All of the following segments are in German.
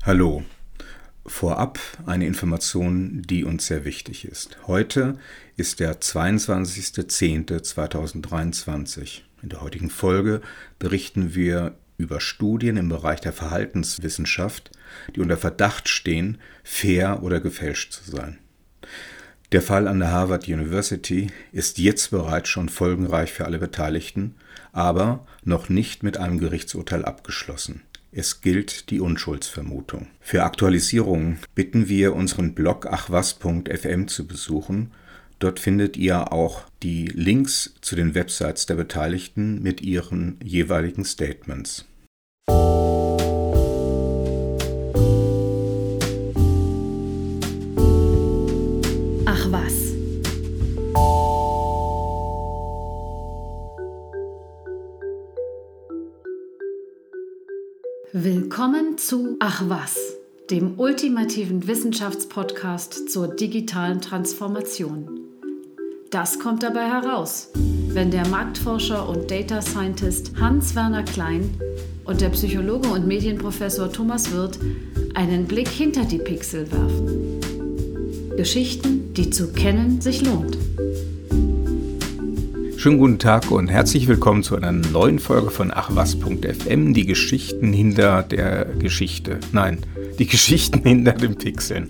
Hallo. Vorab eine Information, die uns sehr wichtig ist. Heute ist der 22.10.2023. In der heutigen Folge berichten wir über Studien im Bereich der Verhaltenswissenschaft, die unter Verdacht stehen, fair oder gefälscht zu sein. Der Fall an der Harvard University ist jetzt bereits schon folgenreich für alle Beteiligten, aber noch nicht mit einem Gerichtsurteil abgeschlossen. Es gilt die Unschuldsvermutung. Für Aktualisierungen bitten wir, unseren Blog achwas.fm zu besuchen. Dort findet ihr auch die Links zu den Websites der Beteiligten mit ihren jeweiligen Statements. Ach was. Willkommen zu Ach was, dem ultimativen Wissenschaftspodcast zur digitalen Transformation. Das kommt dabei heraus, wenn der Marktforscher und Data Scientist Hans-Werner Klein und der Psychologe und Medienprofessor Thomas Wirth einen Blick hinter die Pixel werfen. Geschichten, die zu kennen sich lohnt. Schönen guten Tag und herzlich willkommen zu einer neuen Folge von achwas.fm, die Geschichten hinter der Geschichte. Nein, die Geschichten hinter den Pixeln.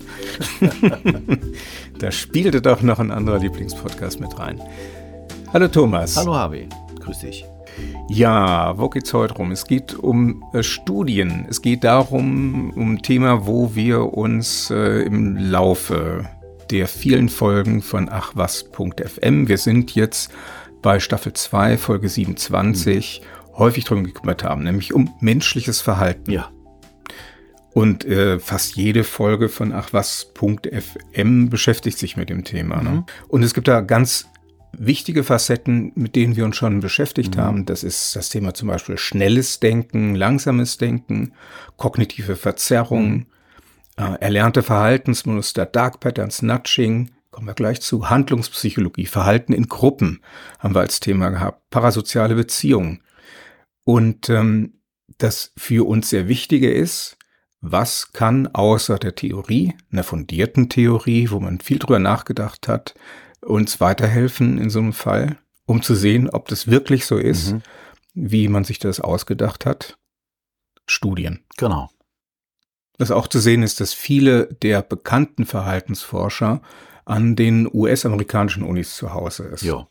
Da spielte doch noch ein anderer Lieblingspodcast mit rein. Hallo Thomas. Hallo Harvey, grüß dich. Ja, wo geht's heute rum? Es geht um Studien. Es geht darum, um ein Thema, wo wir uns im Laufe der vielen Folgen von achwas.fm, wir sind jetzt bei Staffel 2, Folge 27, häufig darum gekümmert haben, nämlich um menschliches Verhalten. Ja. Und fast jede Folge von achwas.fm beschäftigt sich mit dem Thema. Ne? Und es gibt da ganz wichtige Facetten, mit denen wir uns schon beschäftigt haben. Das ist das Thema zum Beispiel schnelles Denken, langsames Denken, kognitive Verzerrung, erlernte Verhaltensmuster, Dark Patterns, Nudging, kommen wir gleich zu, Handlungspsychologie, Verhalten in Gruppen haben wir als Thema gehabt, parasoziale Beziehungen. Und das für uns sehr Wichtige ist, was kann außer der Theorie, einer fundierten Theorie, wo man viel drüber nachgedacht hat, uns weiterhelfen in so einem Fall, um zu sehen, ob das wirklich so ist, wie man sich das ausgedacht hat? Studien. Genau. Was auch zu sehen ist, dass viele der bekannten Verhaltensforscher an den US-amerikanischen Unis zu Hause ist. Ja.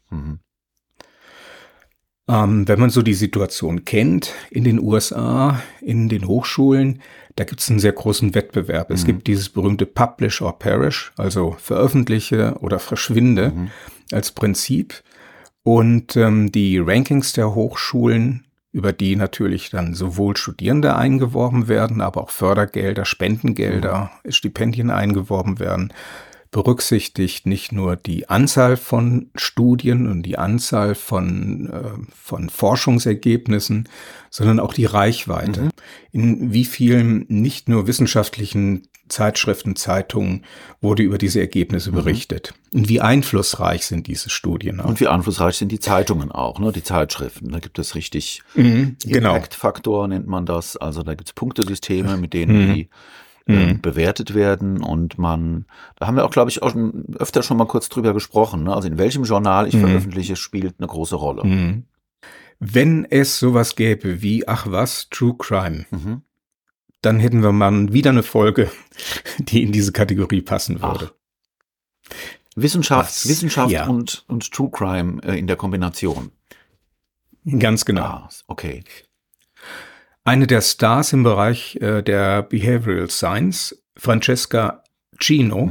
Wenn man so die Situation kennt in den USA, in den Hochschulen, da gibt es einen sehr großen Wettbewerb. Es gibt dieses berühmte Publish or Perish, also veröffentliche oder verschwinde als Prinzip. Und die Rankings der Hochschulen, über die natürlich dann sowohl Studierende eingeworben werden, aber auch Fördergelder, Spendengelder, Stipendien eingeworben werden, berücksichtigt nicht nur die Anzahl von Studien und die Anzahl von Forschungsergebnissen, sondern auch die Reichweite. In wie vielen nicht nur wissenschaftlichen Zeitschriften, Zeitungen wurde über diese Ergebnisse berichtet. Und wie einflussreich sind diese Studien auch. Und wie einflussreich sind die Zeitungen auch, ne? Die Zeitschriften. Da gibt es richtig Impact-Faktor, nennt man das. Also da gibt es Punktesysteme, mit denen die bewertet werden, und da haben wir auch, glaube ich, auch öfter schon mal kurz drüber gesprochen, ne? Also in welchem Journal ich veröffentliche, spielt eine große Rolle. Wenn es sowas gäbe wie, ach was, True Crime, dann hätten wir mal wieder eine Folge, die in diese Kategorie passen würde. Wissenschaft und True Crime in der Kombination. Ganz genau. Okay. Eine der Stars im Bereich der Behavioral Science, Francesca Gino,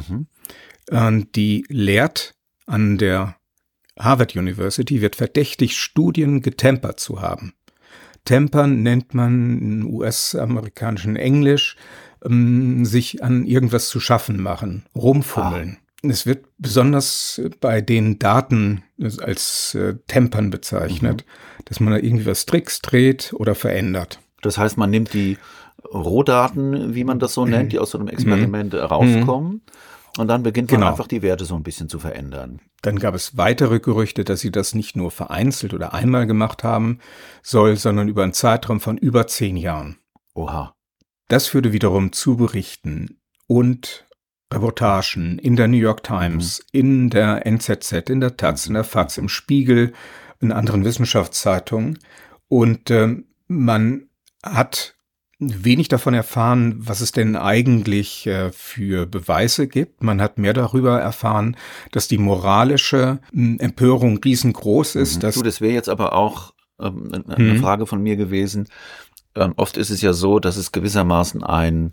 die lehrt an der Harvard University, wird verdächtigt, Studien getempert zu haben. Tempern nennt man im US-amerikanischen Englisch, sich an irgendwas zu schaffen machen, rumfummeln. Es wird besonders bei den Daten als Tempern bezeichnet, dass man da irgendwie was trickst, dreht oder verändert. Das heißt, man nimmt die Rohdaten, wie man das so nennt, die aus so einem Experiment rauskommen, und dann beginnt man einfach die Werte so ein bisschen zu verändern. Dann gab es weitere Gerüchte, dass sie das nicht nur vereinzelt oder einmal gemacht haben soll, sondern über einen Zeitraum von über 10 Jahren. Oha. Das führte wiederum zu Berichten und Reportagen in der New York Times, in der NZZ, in der Taz, in der FAZ, im Spiegel, in anderen Wissenschaftszeitungen. Und man hat wenig davon erfahren, was es denn eigentlich für Beweise gibt. Man hat mehr darüber erfahren, dass die moralische Empörung riesengroß ist. Das wäre jetzt aber auch eine Frage von mir gewesen. Oft ist es ja so, dass es gewissermaßen einen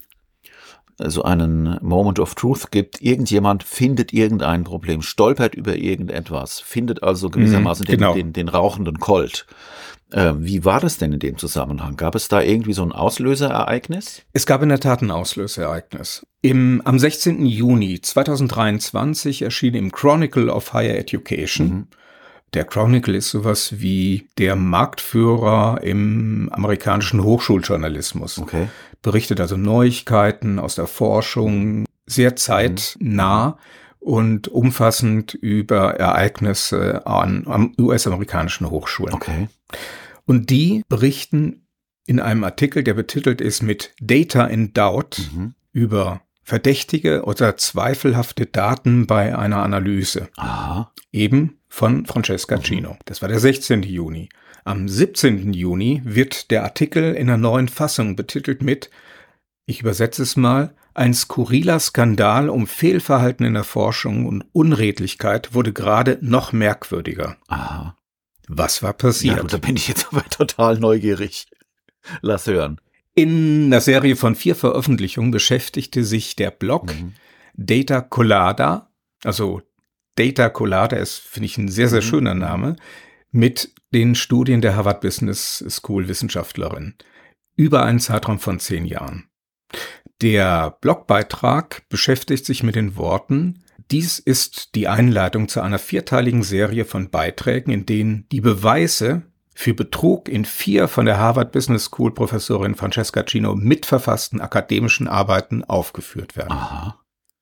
Moment of Truth gibt. Irgendjemand findet irgendein Problem, stolpert über irgendetwas, findet also gewissermaßen den rauchenden Colt. Wie war das denn in dem Zusammenhang? Gab es da irgendwie so ein Auslöserereignis? Es gab in der Tat ein Auslöserereignis. Am 16. Juni 2023 erschien im Chronicle of Higher Education. Der Chronicle ist sowas wie der Marktführer im amerikanischen Hochschuljournalismus. Okay. Berichtet also Neuigkeiten aus der Forschung, sehr zeitnah und umfassend über Ereignisse an US-amerikanischen Hochschulen. Okay. Und die berichten in einem Artikel, der betitelt ist mit Data in Doubt, über verdächtige oder zweifelhafte Daten bei einer Analyse. Aha. Eben von Francesca Gino. Das war der 16. Juni. Am 17. Juni wird der Artikel in einer neuen Fassung betitelt mit, ich übersetze es mal, ein skurriler Skandal um Fehlverhalten in der Forschung und Unredlichkeit wurde gerade noch merkwürdiger. Aha. Was war passiert? Ja, da bin ich jetzt aber total neugierig. Lass hören. In einer Serie von 4 Veröffentlichungen beschäftigte sich der Blog Data Colada, also Data Colada ist, finde ich, ein sehr, sehr schöner Name, mit den Studien der Harvard Business School Wissenschaftlerin über einen Zeitraum von 10 Jahren. Der Blogbeitrag beschäftigt sich mit den Worten, dies ist die Einleitung zu einer 4-teiligen Serie von Beiträgen, in denen die Beweise für Betrug in 4 von der Harvard Business School Professorin Francesca Gino mitverfassten akademischen Arbeiten aufgeführt werden. Aha.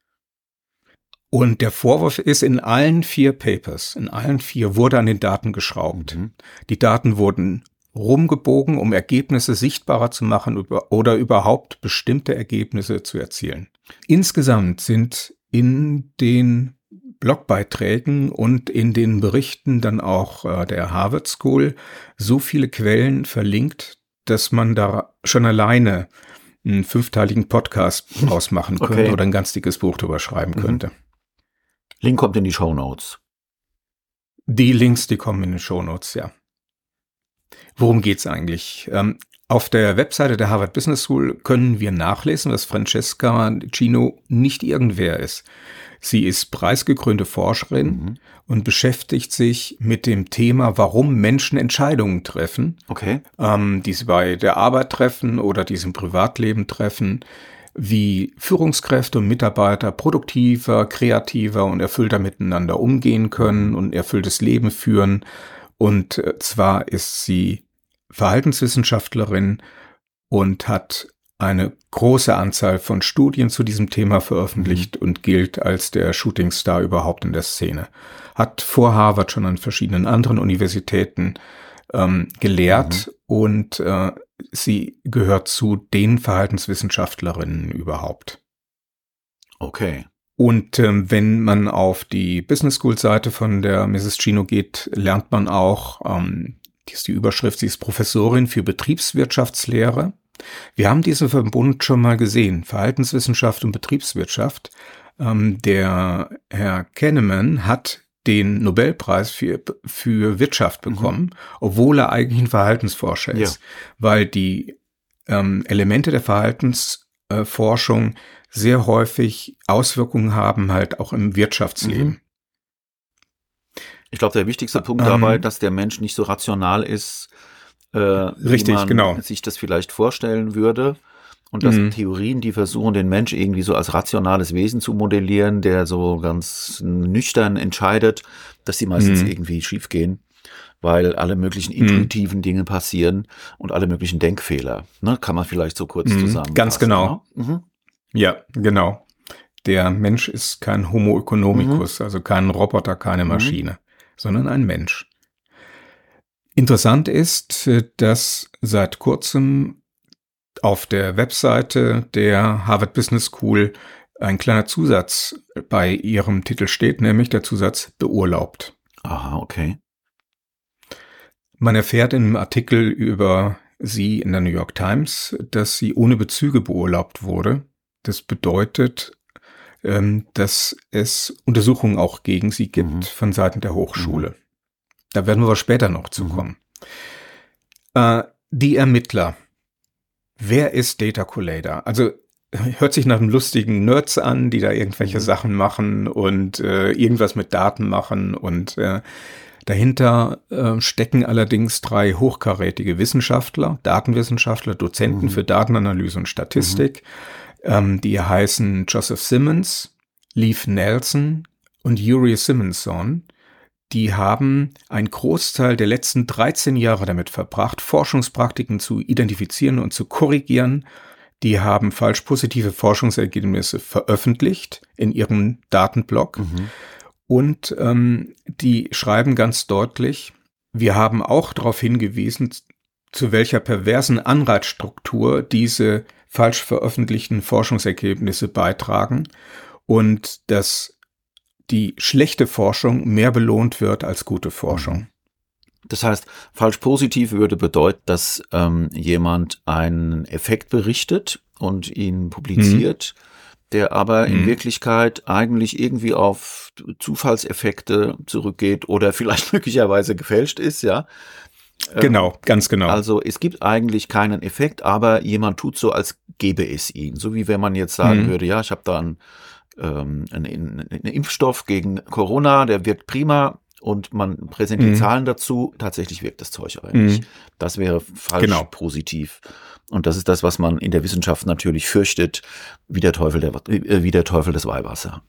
Und der Vorwurf ist, in allen 4 Papers, in allen 4 wurde an den Daten geschraubt. Die Daten wurden rumgebogen, um Ergebnisse sichtbarer zu machen oder überhaupt bestimmte Ergebnisse zu erzielen. Insgesamt sind in den Blogbeiträgen und in den Berichten dann auch der Harvard School so viele Quellen verlinkt, dass man da schon alleine einen 5-teiligen Podcast ausmachen könnte oder ein ganz dickes Buch drüber schreiben könnte. Link kommt in die Shownotes. Die Links, die kommen in die Shownotes, ja. Worum geht's eigentlich? Auf der Webseite der Harvard Business School können wir nachlesen, dass Francesca Gino nicht irgendwer ist. Sie ist preisgekrönte Forscherin und beschäftigt sich mit dem Thema, warum Menschen Entscheidungen treffen, die sie bei der Arbeit treffen oder die sie im Privatleben treffen, wie Führungskräfte und Mitarbeiter produktiver, kreativer und erfüllter miteinander umgehen können und ein erfülltes Leben führen. Und zwar ist sie Verhaltenswissenschaftlerin und hat eine große Anzahl von Studien zu diesem Thema veröffentlicht und gilt als der Shootingstar überhaupt in der Szene. Hat vor Harvard schon an verschiedenen anderen Universitäten gelehrt und sie gehört zu den Verhaltenswissenschaftlerinnen überhaupt. Okay. Und wenn man auf die Business School Seite von der Mrs. Gino geht, lernt man auch, die ist die Überschrift, sie ist Professorin für Betriebswirtschaftslehre. Wir haben diesen Verbund schon mal gesehen, Verhaltenswissenschaft und Betriebswirtschaft. Der Herr Kahneman hat den Nobelpreis für Wirtschaft bekommen, obwohl er eigentlich ein Verhaltensforscher ist, weil die Elemente der Verhaltensforschung sehr häufig Auswirkungen haben, halt auch im Wirtschaftsleben. Ich glaube, der wichtigste Punkt dabei, dass der Mensch nicht so rational ist, richtig, wie man sich das vielleicht vorstellen würde. Und dass Theorien, die versuchen, den Mensch irgendwie so als rationales Wesen zu modellieren, der so ganz nüchtern entscheidet, dass die meistens irgendwie schiefgehen, weil alle möglichen intuitiven Dinge passieren und alle möglichen Denkfehler. Ne? Kann man vielleicht so kurz zusammenfassen. Ganz genau. Ne? Ja, genau. Der Mensch ist kein Homo economicus, also kein Roboter, keine Maschine, sondern ein Mensch. Interessant ist, dass seit kurzem auf der Webseite der Harvard Business School ein kleiner Zusatz bei ihrem Titel steht, nämlich der Zusatz beurlaubt. Aha, okay. Man erfährt in einem Artikel über sie in der New York Times, dass sie ohne Bezüge beurlaubt wurde. Das bedeutet, dass es Untersuchungen auch gegen sie gibt von Seiten der Hochschule. Da werden wir aber später noch zu kommen. Die Ermittler. Wer ist Data Collator? Also hört sich nach einem lustigen Nerds an, die da irgendwelche Sachen machen und irgendwas mit Daten machen und dahinter stecken allerdings 3 hochkarätige Wissenschaftler, Datenwissenschaftler, Dozenten für Datenanalyse und Statistik. Die heißen Joseph Simmons, Leif Nelson und Yuri Simonson. Die haben einen Großteil der letzten 13 Jahre damit verbracht, Forschungspraktiken zu identifizieren und zu korrigieren. Die haben falsch positive Forschungsergebnisse veröffentlicht in ihrem Datenblog. Und die schreiben ganz deutlich, wir haben auch darauf hingewiesen, zu welcher perversen Anreizstruktur diese falsch veröffentlichten Forschungsergebnisse beitragen und dass die schlechte Forschung mehr belohnt wird als gute Forschung. Das heißt, falsch positiv würde bedeuten, dass jemand einen Effekt berichtet und ihn publiziert, der aber in Wirklichkeit eigentlich irgendwie auf Zufallseffekte zurückgeht oder vielleicht möglicherweise gefälscht ist, ja. Genau, ganz genau. Also es gibt eigentlich keinen Effekt, aber jemand tut so, als gäbe es ihn. So wie wenn man jetzt sagen würde, ja, ich habe da einen Impfstoff gegen Corona, der wirkt prima und man präsentiert Zahlen dazu. Tatsächlich wirkt das Zeug aber nicht. Das wäre falsch positiv. Und das ist das, was man in der Wissenschaft natürlich fürchtet, wie der Teufel das Weihwasser.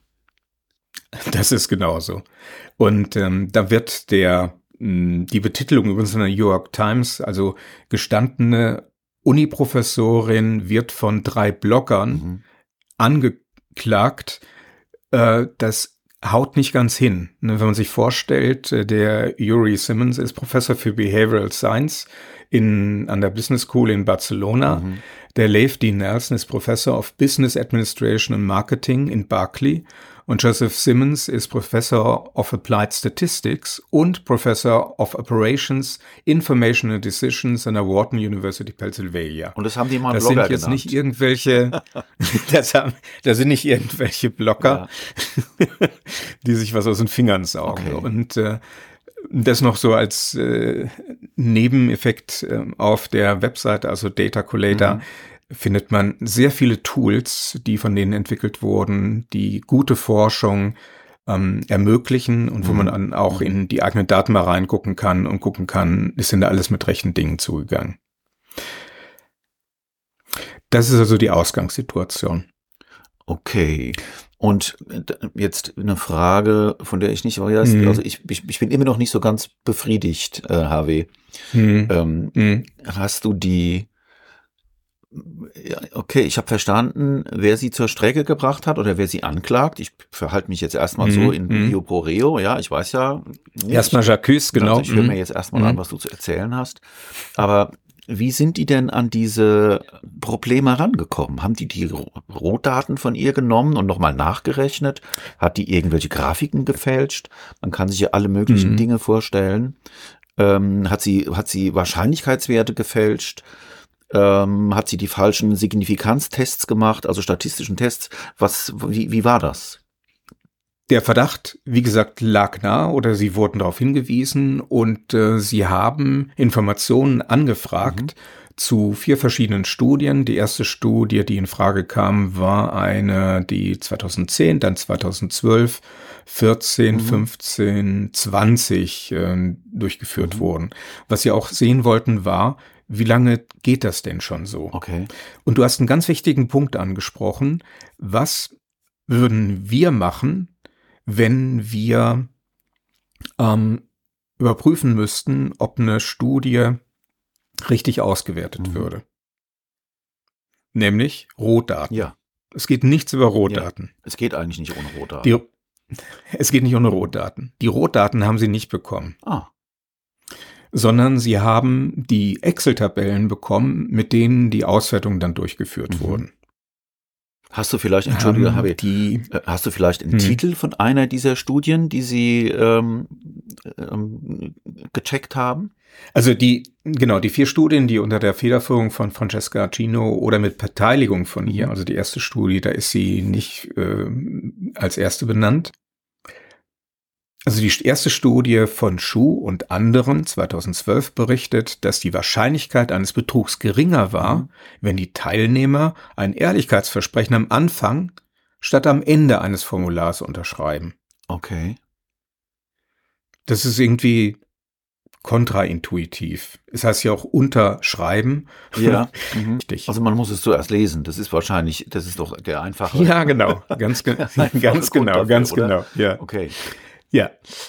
Das ist genauso. Und da wird die Betitelung übrigens in der New York Times, also gestandene Uni-Professorin wird von 3 Bloggern angeklagt, das haut nicht ganz hin. Wenn man sich vorstellt, der Yuri Simmons ist Professor für Behavioral Science an der Business School in Barcelona. Der Leif D. Nelson ist Professor of Business Administration and Marketing in Berkeley. Und Joseph Simmons ist Professor of Applied Statistics und Professor of Operations, Information and Decisions an der Wharton University, Pennsylvania. Und das haben die mal das Blogger sind jetzt genannt. Nicht irgendwelche, das sind nicht irgendwelche Blogger, die sich was aus den Fingern saugen. Okay. Und das noch so als Nebeneffekt auf der Webseite, also Data Collator, findet man sehr viele Tools, die von denen entwickelt wurden, die gute Forschung ermöglichen und wo man dann auch in die eigenen Daten mal reingucken kann und gucken kann, ist denn da alles mit rechten Dingen zugegangen. Das ist also die Ausgangssituation. Okay. Und jetzt eine Frage, von der ich nicht weiß, also ich bin immer noch nicht so ganz befriedigt, HW. Hast du okay, ich habe verstanden, wer sie zur Strecke gebracht hat oder wer sie anklagt. Ich verhalte mich jetzt erstmal so in Rio pro Reo, ja, ich weiß ja. Erstmal J'accuse, genau. Also ich höre mir jetzt erstmal an, was du zu erzählen hast. Aber wie sind die denn an diese Probleme herangekommen? Haben die Rohdaten von ihr genommen und nochmal nachgerechnet? Hat die irgendwelche Grafiken gefälscht? Man kann sich ja alle möglichen Dinge vorstellen. Hat sie Wahrscheinlichkeitswerte gefälscht? Hat sie die falschen Signifikanztests gemacht, also statistischen Tests? Wie war das? Der Verdacht, wie gesagt, lag nahe oder sie wurden darauf hingewiesen und sie haben Informationen angefragt zu 4 verschiedenen Studien. Die erste Studie, die in Frage kam, war eine, die 2010, dann 2012, 14, 15, 20 durchgeführt wurden. Was sie auch sehen wollten, war, wie lange geht das denn schon so? Okay. Und du hast einen ganz wichtigen Punkt angesprochen. Was würden wir machen, wenn wir überprüfen müssten, ob eine Studie richtig ausgewertet würde? Nämlich Rohdaten. Ja. Es geht nichts über Rohdaten. Ja. Es geht eigentlich nicht ohne Rohdaten. Es geht nicht ohne Rohdaten. Die Rohdaten haben sie nicht bekommen. sondern sie haben die Excel-Tabellen bekommen, mit denen die Auswertungen dann durchgeführt wurden. Hast du vielleicht, hast du vielleicht einen Titel von einer dieser Studien, die Sie gecheckt haben? Also die 4 Studien, die unter der Federführung von Francesca Cino oder mit Beteiligung von ihr, also die erste Studie, da ist sie nicht als erste benannt. Also die erste Studie von Xu und anderen 2012 berichtet, dass die Wahrscheinlichkeit eines Betrugs geringer war, wenn die Teilnehmer ein Ehrlichkeitsversprechen am Anfang statt am Ende eines Formulars unterschreiben. Okay. Das ist irgendwie kontraintuitiv. Es heißt ja auch unterschreiben. Ja. Also man muss es zuerst lesen. Das ist doch der einfache. Ja, genau. Ganz genau. Ja. Okay. Ja.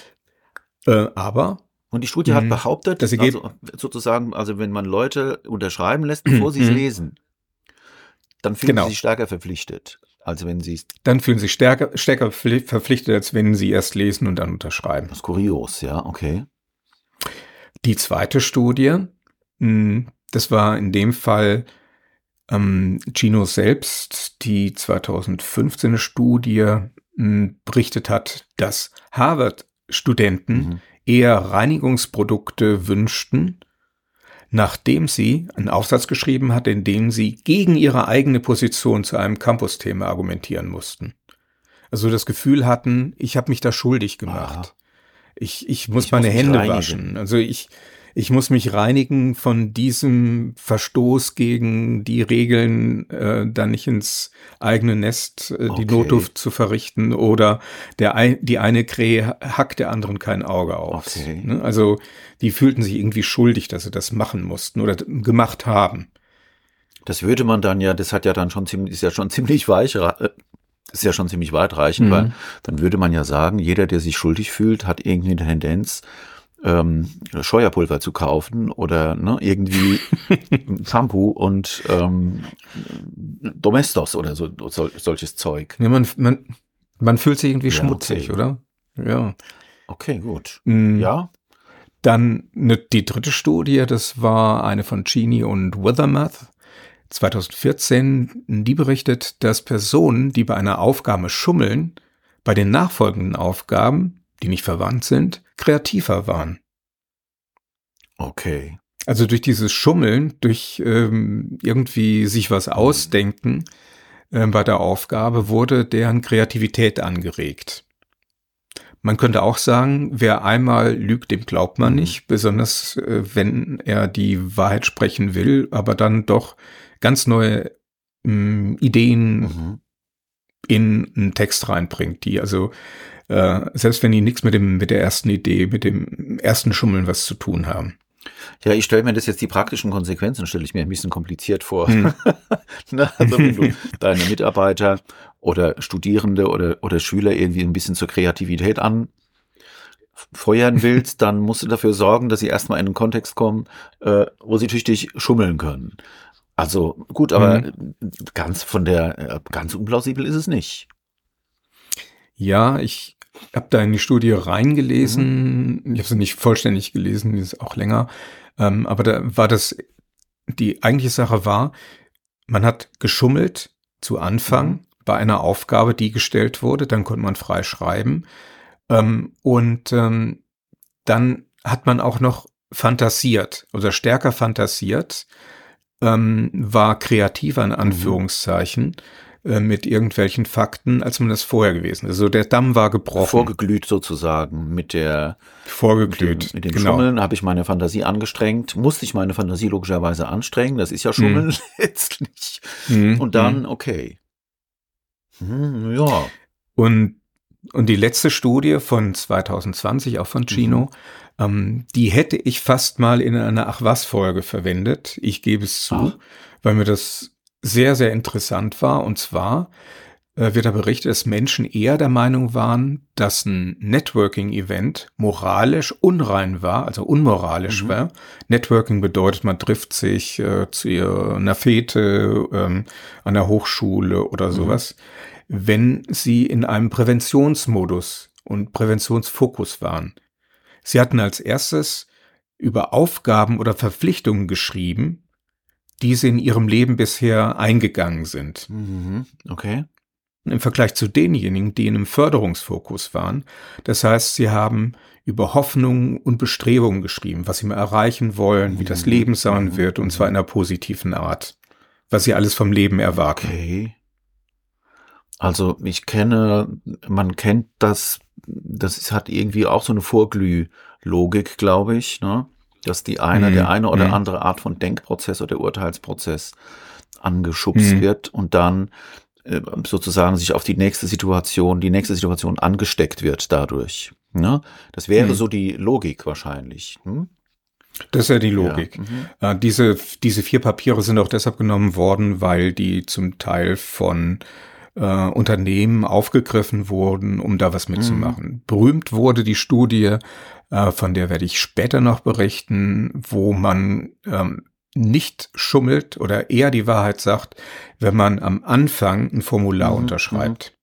Aber. Und die Studie hat behauptet, dass also wenn man Leute unterschreiben lässt, bevor sie es lesen, dann fühlen sie sich stärker verpflichtet, als wenn sie es. Dann fühlen sie sich stärker verpflichtet, als wenn sie erst lesen und dann unterschreiben. Das ist kurios, ja, okay. Die zweite Studie, das war in dem Fall Cino selbst, die 2015 Studie berichtet hat, dass Harvard-Studenten eher Reinigungsprodukte wünschten, nachdem sie einen Aufsatz geschrieben hat, in dem sie gegen ihre eigene Position zu einem Campus-Thema argumentieren mussten. Also das Gefühl hatten, ich habe mich da schuldig gemacht. Ich muss meine Hände waschen. Also ich muss mich reinigen von diesem Verstoß gegen die Regeln, dann nicht ins eigene Nest die Notdurft zu verrichten oder die eine Krähe hackt der anderen kein Auge aus. Okay. Ne? Also die fühlten sich irgendwie schuldig, dass sie das machen mussten oder gemacht haben. Das würde man dann ja, das hat ja dann schon ziemlich, ist ja schon ziemlich weitreichend, weil dann würde man ja sagen, jeder, der sich schuldig fühlt, hat irgendwie eine Tendenz, Scheuerpulver zu kaufen oder irgendwie Shampoo und Domestos oder solches Zeug. Ja, man fühlt sich irgendwie schmutzig, oder? Ja. Okay, gut. Ja. Dann die dritte Studie, das war eine von Cheney und Withermuth, 2014, die berichtet, dass Personen, die bei einer Aufgabe schummeln, bei den nachfolgenden Aufgaben, die nicht verwandt sind, kreativer waren. Okay. Also durch dieses Schummeln, durch irgendwie sich was ausdenken bei der Aufgabe, wurde deren Kreativität angeregt. Man könnte auch sagen, wer einmal lügt, dem glaubt man nicht, besonders wenn er die Wahrheit sprechen will, aber dann doch ganz neue Ideen in einen Text reinbringt, die also selbst wenn die nichts mit der ersten Idee, mit dem ersten Schummeln was zu tun haben. Ja, ich stelle mir das jetzt, die praktischen Konsequenzen stelle ich mir ein bisschen kompliziert vor. Also wenn du deine Mitarbeiter oder Studierende oder Schüler irgendwie ein bisschen zur Kreativität anfeuern willst, dann musst du dafür sorgen, dass sie erstmal in einen Kontext kommen, wo sie tüchtig schummeln können. Also gut, aber ganz unplausibel ist es nicht. Ja, ich habe da in die Studie reingelesen. Ich habe sie nicht vollständig gelesen, die ist auch länger. Aber da war die eigentliche Sache war, man hat geschummelt zu Anfang bei einer Aufgabe, die gestellt wurde. Dann konnte man frei schreiben. Und dann hat man auch noch fantasiert oder stärker fantasiert, war kreativer in Anführungszeichen, mit irgendwelchen Fakten, als man das vorher gewesen ist. Also der Damm war gebrochen. Vorgeglüht sozusagen mit dem genau. Schummeln habe ich meine Fantasie angestrengt, musste ich meine Fantasie logischerweise anstrengen, das ist ja Schummeln letztlich. Und dann, okay. Ja. Und die letzte Studie von 2020, auch von Cino, die hätte ich fast mal in einer Ach-was-Folge verwendet. Ich gebe es zu, weil mir das sehr, sehr interessant war. Und zwar wird da berichtet, dass Menschen eher der Meinung waren, dass ein Networking-Event moralisch unrein war, also unmoralisch war. Networking bedeutet, man trifft sich zu einer Fete an der Hochschule oder sowas, wenn sie in einem Präventionsmodus und Präventionsfokus waren. Sie hatten als erstes über Aufgaben oder Verpflichtungen geschrieben, die sie in ihrem Leben bisher eingegangen sind. Okay. Im Vergleich zu denjenigen, die in einem Förderungsfokus waren. Das heißt, sie haben über Hoffnungen und Bestrebungen geschrieben, was sie mal erreichen wollen, wie das Leben sein wird, und zwar in einer positiven Art. Was sie alles vom Leben erwarten. Okay. Also man kennt das hat irgendwie auch so eine Vorglühlogik, glaube ich, ne? Dass der eine oder andere Art von Denkprozess oder Urteilsprozess angeschubst wird und dann sozusagen sich auf die nächste Situation angesteckt wird dadurch. Ne? Das wäre so die Logik wahrscheinlich. Das ist ja die Logik. Ja. Diese 4 Papiere sind auch deshalb genommen worden, weil die zum Teil von Unternehmen aufgegriffen wurden, um da was mitzumachen. Berühmt wurde die Studie, von der werde ich später noch berichten, wo man nicht schummelt oder eher die Wahrheit sagt, wenn man am Anfang ein Formular unterschreibt.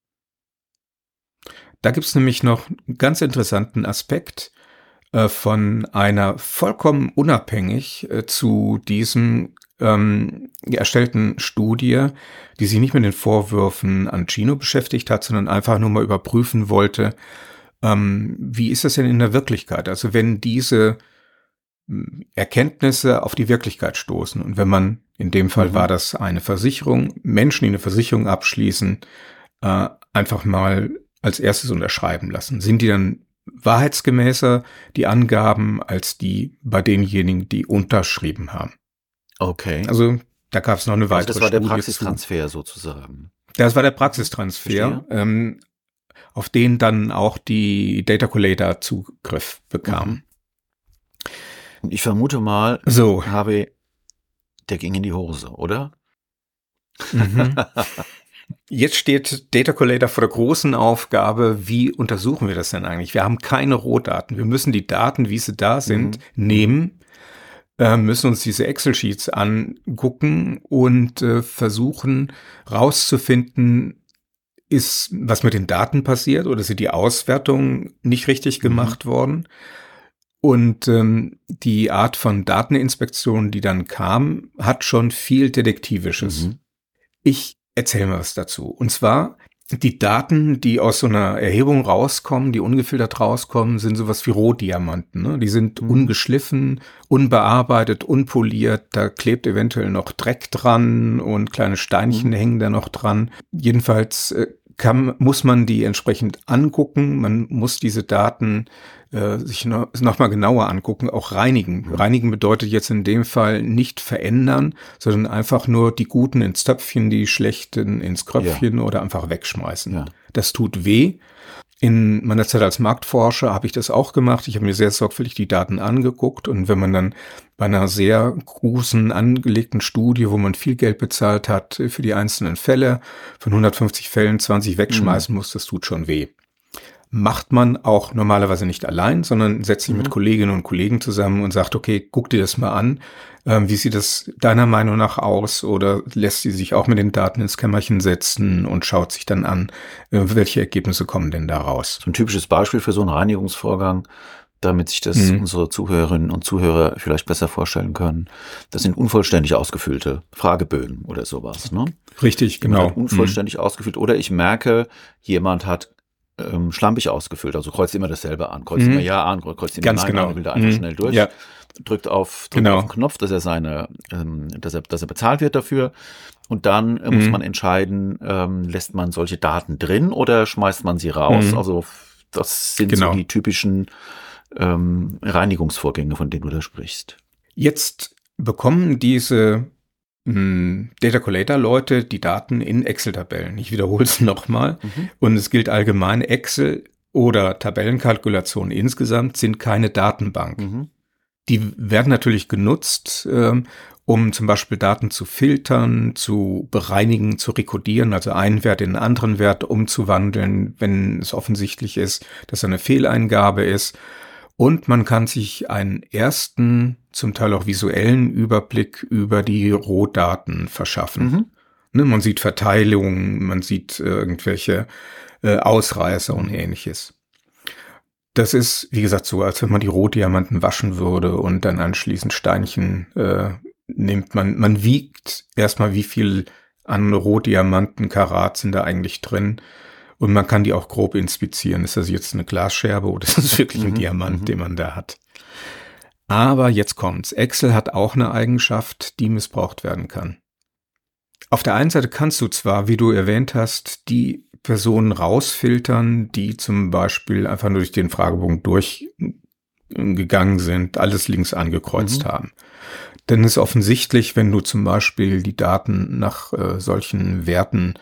Da gibt's nämlich noch einen ganz interessanten Aspekt von einer vollkommen unabhängig zu diesem erstellten Studie, die sich nicht mit den Vorwürfen an Gino beschäftigt hat, sondern einfach nur mal überprüfen wollte, wie ist das denn in der Wirklichkeit? Also wenn diese Erkenntnisse auf die Wirklichkeit stoßen und wenn man, in dem Fall war das eine Versicherung, Menschen, die eine Versicherung abschließen, einfach mal als erstes unterschreiben lassen. Sind die dann wahrheitsgemäßer, die Angaben, als die bei denjenigen, die unterschrieben haben? Okay. Also da gab es noch eine weitere Studie. Das war der Praxistransfer sozusagen. Das war der Praxistransfer, auf den dann auch die Data Collator Zugriff bekam. Ich vermute mal, der ging in die Hose, oder? Jetzt steht Data Collator vor der großen Aufgabe, wie untersuchen wir das denn eigentlich? Wir haben keine Rohdaten. Wir müssen die Daten, wie sie da sind, nehmen, müssen uns diese Excel-Sheets angucken und versuchen rauszufinden, ist was mit den Daten passiert oder sind die Auswertungen nicht richtig gemacht worden? Und die Art von Dateninspektion, die dann kam, hat schon viel Detektivisches. Ich erzähle mal was dazu. Und zwar, die Daten, die aus so einer Erhebung rauskommen, die ungefiltert rauskommen, sind sowas wie Rohdiamanten. Ne? Die sind ungeschliffen, unbearbeitet, unpoliert. Da klebt eventuell noch Dreck dran und kleine Steinchen hängen da noch dran. Jedenfalls muss man die entsprechend angucken. Man muss diese Daten sich noch mal genauer angucken, auch reinigen. Reinigen bedeutet jetzt in dem Fall nicht verändern, sondern einfach nur die Guten ins Töpfchen, die Schlechten ins Kröpfchen oder einfach wegschmeißen. Ja. Das tut weh. In meiner Zeit als Marktforscher habe ich das auch gemacht. Ich habe mir sehr sorgfältig die Daten angeguckt und wenn man dann bei einer sehr großen angelegten Studie, wo man viel Geld bezahlt hat für die einzelnen Fälle, von 150 Fällen 20 wegschmeißen muss, das tut schon weh. Macht man auch normalerweise nicht allein, sondern setzt sich mit Kolleginnen und Kollegen zusammen und sagt, okay, guck dir das mal an. Wie sieht das deiner Meinung nach aus? Oder lässt sie sich auch mit den Daten ins Kämmerchen setzen und schaut sich dann an, welche Ergebnisse kommen denn da raus? So ein typisches Beispiel für so einen Reinigungsvorgang, damit sich das unsere Zuhörerinnen und Zuhörer vielleicht besser vorstellen können. Das sind unvollständig ausgefüllte Fragebögen oder sowas, ne? Richtig, genau. Unvollständig ausgefüllt. Oder ich merke, jemand hat schlampig ausgefüllt, also kreuzt immer dasselbe an, kreuzt immer Ja an, kreuzt immer Nein an, will da einfach schnell durch, drückt auf den Knopf, dass er dass er bezahlt wird dafür und dann muss man entscheiden, lässt man solche Daten drin oder schmeißt man sie raus, also das sind so die typischen Reinigungsvorgänge, von denen du da sprichst. Jetzt bekommen diese Data Collator Leute die Daten in Excel-Tabellen. Ich wiederhole es nochmal. Und es gilt allgemein, Excel oder Tabellenkalkulation insgesamt sind keine Datenbank. Die werden natürlich genutzt, um zum Beispiel Daten zu filtern, zu bereinigen, zu rekodieren, also einen Wert in einen anderen Wert umzuwandeln, wenn es offensichtlich ist, dass eine Fehleingabe ist. Und man kann sich einen ersten, zum Teil auch visuellen Überblick über die Rohdaten verschaffen. Ne, man sieht Verteilungen, man sieht irgendwelche Ausreißer und Ähnliches. Das ist, wie gesagt, so, als wenn man die Rohdiamanten waschen würde und dann anschließend Steinchen nimmt. Man wiegt erstmal, wie viel an Rohdiamanten Karat sind da eigentlich drin. Und man kann die auch grob inspizieren. Ist das jetzt eine Glasscherbe oder ist das wirklich ein Diamant, den man da hat? Aber jetzt kommt's. Excel hat auch eine Eigenschaft, die missbraucht werden kann. Auf der einen Seite kannst du zwar, wie du erwähnt hast, die Personen rausfiltern, die zum Beispiel einfach nur durch den Fragebogen durchgegangen sind, alles links angekreuzt haben. Denn es ist offensichtlich, wenn du zum Beispiel die Daten nach solchen Werten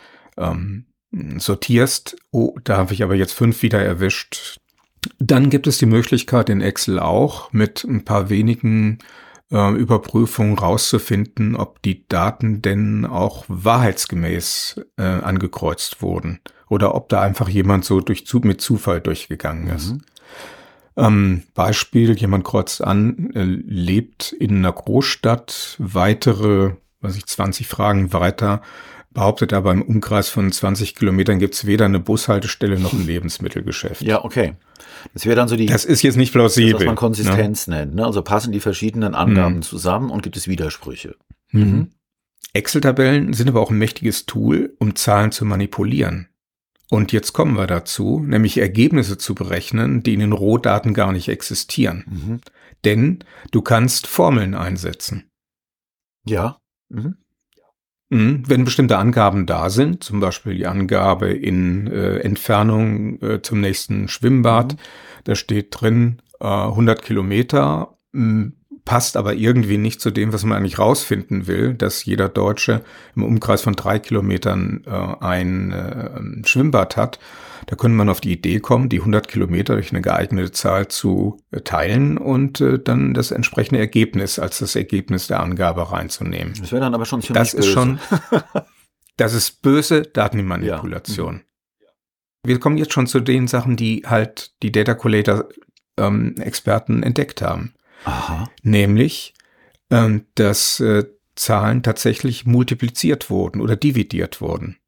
sortierst, da habe ich aber jetzt 5 wieder erwischt, dann gibt es die Möglichkeit in Excel auch mit ein paar wenigen Überprüfungen rauszufinden, ob die Daten denn auch wahrheitsgemäß angekreuzt wurden oder ob da einfach jemand so mit Zufall durchgegangen ist. Beispiel, jemand kreuzt an, lebt in einer Großstadt, weitere, 20 Fragen weiter, behauptet aber im Umkreis von 20 Kilometern gibt es weder eine Bushaltestelle noch ein Lebensmittelgeschäft. Ja, okay. Das wäre dann so das ist jetzt nicht plausibel. Das, was man Konsistenz nennt. Ne? Also passen die verschiedenen Angaben zusammen und gibt es Widersprüche. Excel-Tabellen sind aber auch ein mächtiges Tool, um Zahlen zu manipulieren. Und jetzt kommen wir dazu, nämlich Ergebnisse zu berechnen, die in den Rohdaten gar nicht existieren. Denn du kannst Formeln einsetzen. Ja. Wenn bestimmte Angaben da sind, zum Beispiel die Angabe in Entfernung zum nächsten Schwimmbad, da steht drin 100 Kilometer, passt aber irgendwie nicht zu dem, was man eigentlich rausfinden will, dass jeder Deutsche im Umkreis von 3 Kilometern ein Schwimmbad hat. Da könnte man auf die Idee kommen, die 100 Kilometer durch eine geeignete Zahl zu teilen und dann das entsprechende Ergebnis als das Ergebnis der Angabe reinzunehmen. Das wäre dann aber schon ziemlich böse. Das ist böse Datenmanipulation. Ja. Wir kommen jetzt schon zu den Sachen, die halt die Data Collator Experten entdeckt haben. Aha. Nämlich, dass Zahlen tatsächlich multipliziert wurden oder dividiert wurden.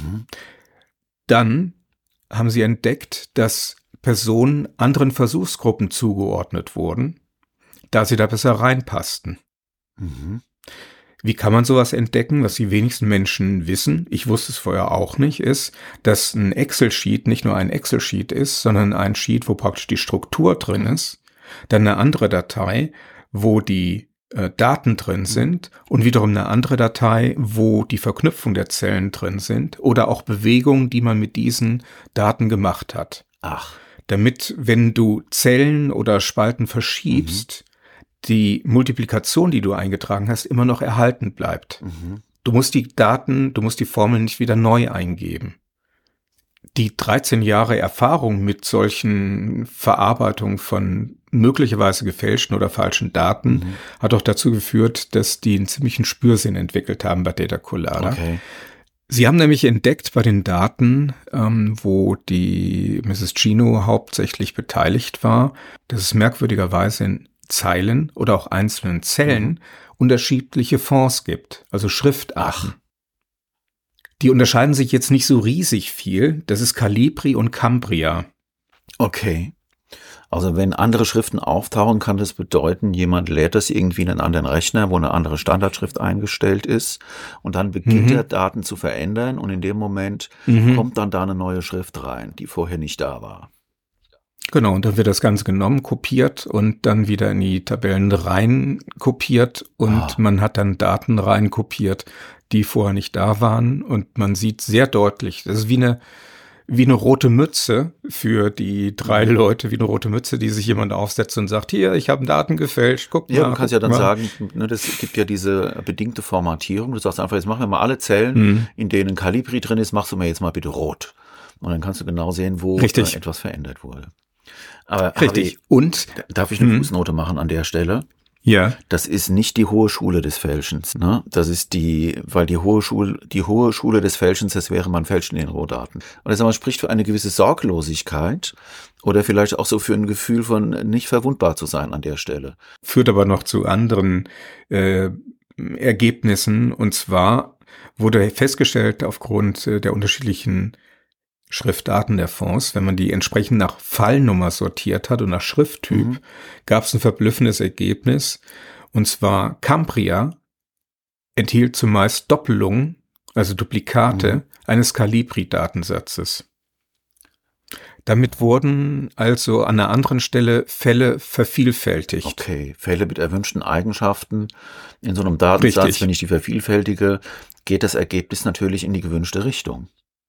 Dann haben sie entdeckt, dass Personen anderen Versuchsgruppen zugeordnet wurden, da sie da besser reinpassten. Wie kann man sowas entdecken, was die wenigsten Menschen wissen? Ich wusste es vorher auch nicht, ist, dass ein Excel-Sheet nicht nur ein Excel-Sheet ist, sondern ein Sheet, wo praktisch die Struktur drin ist, dann eine andere Datei, wo die Daten drin sind und wiederum eine andere Datei, wo die Verknüpfung der Zellen drin sind oder auch Bewegungen, die man mit diesen Daten gemacht hat. Ach. Damit, wenn du Zellen oder Spalten verschiebst, die Multiplikation, die du eingetragen hast, immer noch erhalten bleibt. Du musst die Formeln nicht wieder neu eingeben. Die 13 Jahre Erfahrung mit solchen Verarbeitungen von möglicherweise gefälschten oder falschen Daten hat auch dazu geführt, dass die einen ziemlichen Spürsinn entwickelt haben bei Data Collator. Okay. Sie haben nämlich entdeckt bei den Daten, wo die Mrs. Gino hauptsächlich beteiligt war, dass es merkwürdigerweise in Zeilen oder auch einzelnen Zellen unterschiedliche Fonds gibt, also Schriftarten. Die unterscheiden sich jetzt nicht so riesig viel. Das ist Calibri und Cambria. Okay. Also wenn andere Schriften auftauchen, kann das bedeuten, jemand lädt das irgendwie in einen anderen Rechner, wo eine andere Standardschrift eingestellt ist und dann beginnt er Daten zu verändern und in dem Moment kommt dann da eine neue Schrift rein, die vorher nicht da war. Genau, und dann wird das Ganze genommen, kopiert und dann wieder in die Tabellen rein kopiert und man hat dann Daten rein kopiert, die vorher nicht da waren und man sieht sehr deutlich, das ist wie eine rote Mütze für die 3 Leute, wie eine rote Mütze, die sich jemand aufsetzt und sagt, hier, ich habe Daten gefälscht, guck mal. Ja, du kannst ja dann sagen, ne, das gibt ja diese bedingte Formatierung, du sagst einfach, jetzt machen wir mal alle Zellen, in denen Calibri drin ist, machst du mir jetzt mal bitte rot. Und dann kannst du genau sehen, wo etwas verändert wurde. Aber richtig. Darf ich eine Fußnote machen an der Stelle? Ja. Das ist nicht die hohe Schule des Fälschens, ne? Das ist weil die hohe Schule des Fälschens, das wäre, man fälscht in den Rohdaten. Und das spricht für eine gewisse Sorglosigkeit oder vielleicht auch so für ein Gefühl von nicht verwundbar zu sein an der Stelle. Führt aber noch zu anderen Ergebnissen. Und zwar wurde festgestellt, aufgrund der unterschiedlichen Schriftdaten der Fonds, wenn man die entsprechend nach Fallnummer sortiert hat und nach Schrifttyp, gab es ein verblüffendes Ergebnis. Und zwar Cambria enthielt zumeist Doppelungen, also Duplikate eines Calibri-Datensatzes. Damit wurden also an einer anderen Stelle Fälle vervielfältigt. Okay, Fälle mit erwünschten Eigenschaften. In so einem Datensatz, Richtig. wenn ich die vervielfältige, geht das Ergebnis natürlich in die gewünschte Richtung.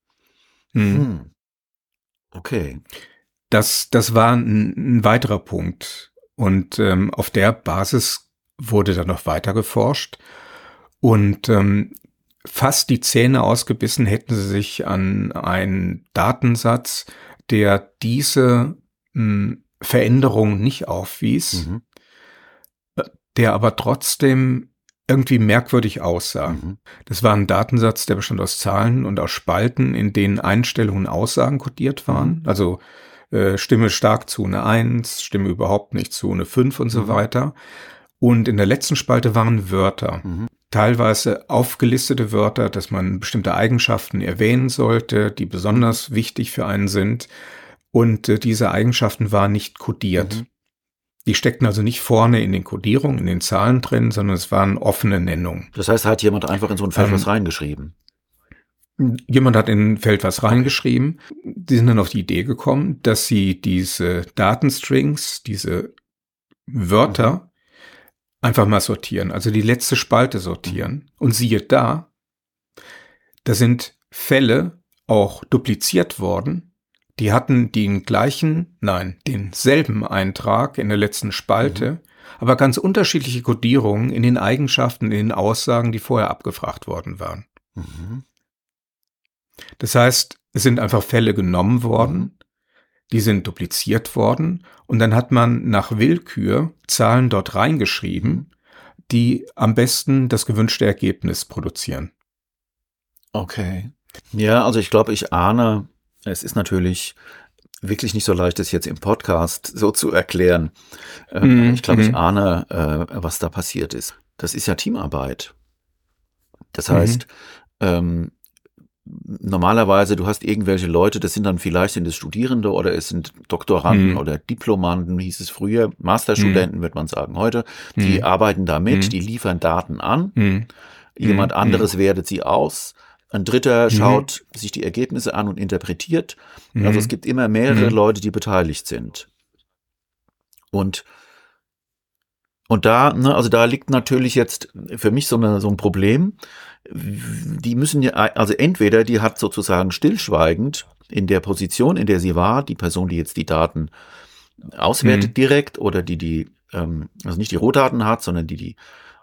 Okay. Das war ein weiterer Punkt. Und auf der Basis wurde dann noch weiter geforscht. Und fast die Zähne ausgebissen hätten sie sich an einen Datensatz, der diese Veränderung nicht aufwies, der aber trotzdem irgendwie merkwürdig aussah. Das war ein Datensatz, der bestand aus Zahlen und aus Spalten, in denen Einstellungen und Aussagen kodiert waren. Also Stimme stark zu eine 1, Stimme überhaupt nicht zu eine 5 und so weiter. Und in der letzten Spalte waren Wörter. Teilweise aufgelistete Wörter, dass man bestimmte Eigenschaften erwähnen sollte, die besonders wichtig für einen sind. Und diese Eigenschaften waren nicht kodiert. Die steckten also nicht vorne in den Kodierungen, in den Zahlen drin, sondern es waren offene Nennungen. Das heißt, hat jemand einfach in so ein Feld was reingeschrieben? Jemand hat in ein Feld was reingeschrieben. Die sind dann auf die Idee gekommen, dass sie diese Datenstrings, diese Wörter einfach mal sortieren, also die letzte Spalte sortieren. Und siehe da sind Fälle auch dupliziert worden. Die hatten denselben Eintrag in der letzten Spalte, aber ganz unterschiedliche Kodierungen in den Eigenschaften, in den Aussagen, die vorher abgefragt worden waren. Das heißt, es sind einfach Fälle genommen worden, die sind dupliziert worden und dann hat man nach Willkür Zahlen dort reingeschrieben, die am besten das gewünschte Ergebnis produzieren. Okay. Ja, also ich glaube, ich ahne, es ist natürlich wirklich nicht so leicht, das jetzt im Podcast so zu erklären. Ich glaube, ich ahne, was da passiert ist. Das ist ja Teamarbeit. Das heißt, normalerweise, du hast irgendwelche Leute, das sind dann vielleicht sind es Studierende oder es sind Doktoranden oder Diplomanden, hieß es früher, Masterstudenten wird man sagen heute, die arbeiten da mit, die liefern Daten an, jemand anderes wertet sie aus, ein Dritter schaut sich die Ergebnisse an und interpretiert. Also es gibt immer mehrere Leute, die beteiligt sind. Und da, ne, also da liegt natürlich jetzt für mich so ein Problem. Die müssen ja, also entweder die hat sozusagen stillschweigend in der Position, in der sie war, die Person, die jetzt die Daten auswertet direkt oder also nicht die Rohdaten hat, sondern die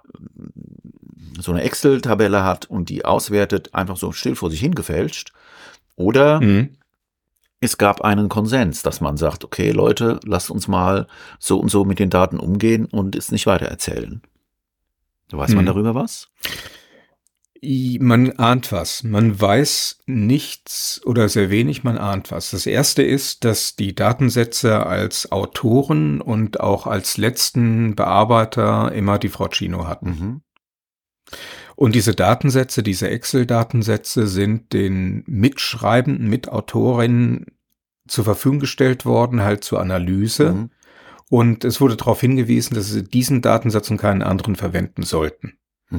so eine Excel-Tabelle hat und die auswertet, einfach so still vor sich hingefälscht. Oder es gab einen Konsens, dass man sagt, okay, Leute, lasst uns mal so und so mit den Daten umgehen und es nicht weitererzählen. Weiß man darüber was? Man ahnt was. Man weiß nichts oder sehr wenig, man ahnt was. Das erste ist, dass die Datensätze als Autoren und auch als letzten Bearbeiter immer die Frau Chino hatten. Und diese Datensätze, diese Excel-Datensätze sind den Mitschreibenden, Mitautorinnen zur Verfügung gestellt worden, halt zur Analyse. Und es wurde darauf hingewiesen, dass sie diesen Datensatz und keinen anderen verwenden sollten.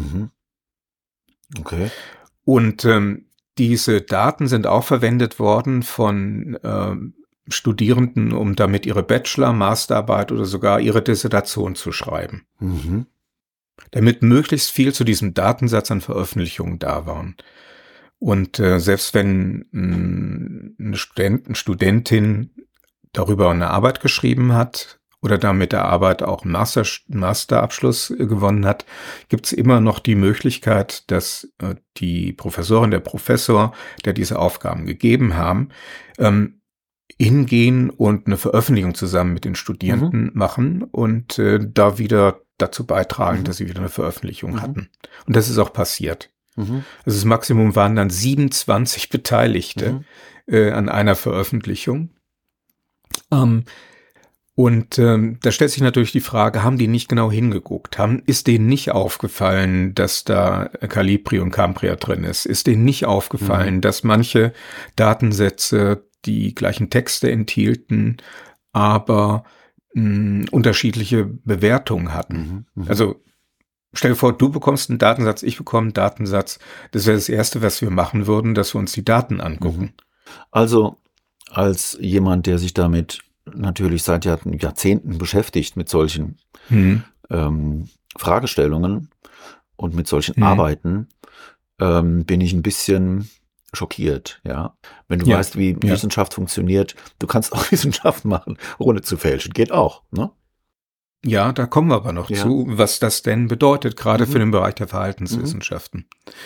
Okay. Und diese Daten sind auch verwendet worden von Studierenden, um damit ihre Bachelor-, Masterarbeit oder sogar ihre Dissertation zu schreiben. Damit möglichst viel zu diesem Datensatz an Veröffentlichungen da waren. Und selbst wenn eine Studentin darüber eine Arbeit geschrieben hat oder damit der Arbeit auch einen Masterabschluss gewonnen hat, gibt es immer noch die Möglichkeit, dass die Professorin, der Professor, der diese Aufgaben gegeben haben, hingehen und eine Veröffentlichung zusammen mit den Studierenden machen und da wieder dazu beitragen, dass sie wieder eine Veröffentlichung hatten. Und das ist auch passiert. Also das Maximum waren dann 27 Beteiligte an einer Veröffentlichung. Und da stellt sich natürlich die Frage, haben die nicht genau hingeguckt? Ist denen nicht aufgefallen, dass da Calibri und Cambria drin ist? Ist denen nicht aufgefallen, dass manche Datensätze die gleichen Texte enthielten, aber unterschiedliche Bewertungen hatten? Also stell dir vor, du bekommst einen Datensatz, ich bekomme einen Datensatz. Das wäre das Erste, was wir machen würden, dass wir uns die Daten angucken. Also als jemand, der sich damit natürlich seit Jahrzehnten beschäftigt mit solchen Fragestellungen und mit solchen Arbeiten, bin ich ein bisschen schockiert, ja. Wenn du weißt, wie Wissenschaft funktioniert, du kannst auch Wissenschaft machen, ohne zu fälschen. Geht auch, ne? Ja, da kommen wir aber noch zu, was das denn bedeutet, gerade für den Bereich der Verhaltenswissenschaften.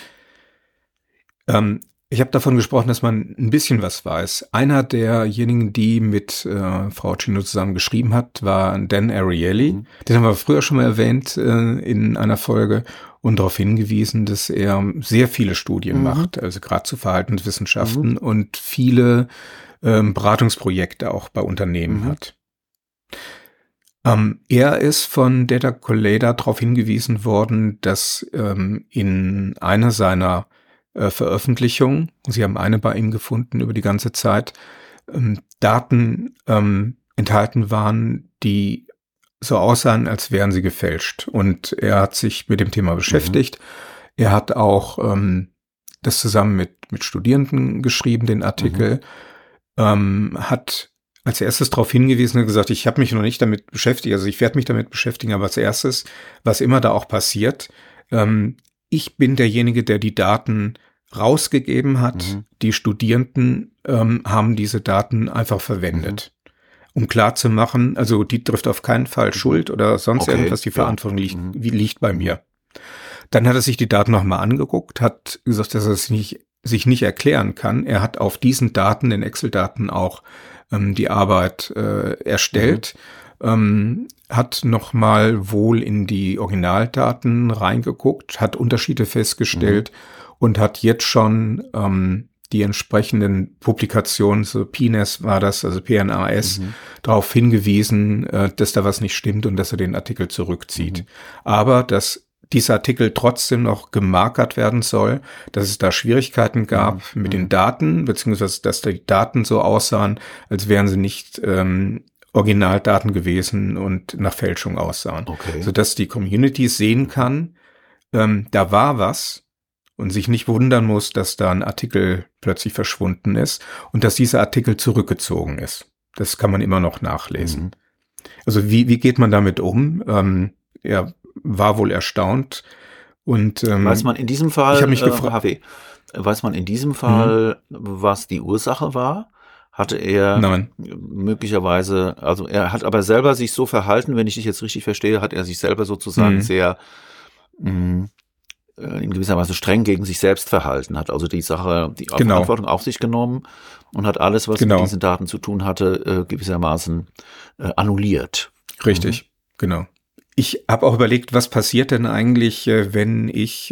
Ich habe davon gesprochen, dass man ein bisschen was weiß. Einer derjenigen, die mit Frau Chino zusammen geschrieben hat, war Dan Ariely. Den haben wir früher schon mal erwähnt in einer Folge und darauf hingewiesen, dass er sehr viele Studien macht, also gerade zu Verhaltenswissenschaften und viele Beratungsprojekte auch bei Unternehmen hat. Er ist von Data Collator darauf hingewiesen worden, dass in einer seiner Veröffentlichungen, Sie haben eine bei ihm gefunden über die ganze Zeit, Daten enthalten waren, die so aussahen, als wären sie gefälscht. Und er hat sich mit dem Thema beschäftigt. Er hat auch das zusammen mit Studierenden geschrieben, den Artikel, hat als erstes darauf hingewiesen und gesagt, ich habe mich noch nicht damit beschäftigt, also ich werde mich damit beschäftigen, aber als erstes, was immer da auch passiert, ich bin derjenige, der die Daten rausgegeben hat. Die Studierenden haben diese Daten einfach verwendet, um klarzumachen, also die trifft auf keinen Fall Schuld oder sonst irgendwas, die Verantwortung liegt bei mir. Dann hat er sich die Daten nochmal angeguckt, hat gesagt, dass er es sich nicht erklären kann. Er hat auf diesen Daten, den Excel-Daten auch die Arbeit erstellt, hat nochmal wohl in die Originaldaten reingeguckt, hat Unterschiede festgestellt und hat jetzt schon die entsprechenden Publikationen, so PNAS war das, also PNAS, darauf hingewiesen, dass da was nicht stimmt und dass er den Artikel zurückzieht. Aber dass dieser Artikel trotzdem noch gemarkert werden soll, dass es da Schwierigkeiten gab mit den Daten, beziehungsweise dass die Daten so aussahen, als wären sie nicht Originaldaten gewesen und nach Fälschung aussahen. Sodass die Community sehen kann, da war was und sich nicht wundern muss, dass da ein Artikel plötzlich verschwunden ist und dass dieser Artikel zurückgezogen ist. Das kann man immer noch nachlesen. Also wie geht man damit um? Er war wohl erstaunt und weiß man in diesem Fall, ich habe mich gefragt, Harvey, weiß man in diesem Fall, was die Ursache war? Hatte er möglicherweise, also er hat aber selber sich so verhalten, wenn ich dich jetzt richtig verstehe, hat er sich selber sozusagen sehr in gewisser Weise streng gegen sich selbst verhalten, hat also die Sache, die Verantwortung auf sich genommen und hat alles, was mit diesen Daten zu tun hatte, gewissermaßen annulliert. Richtig, genau. Ich habe auch überlegt, was passiert denn eigentlich, wenn ich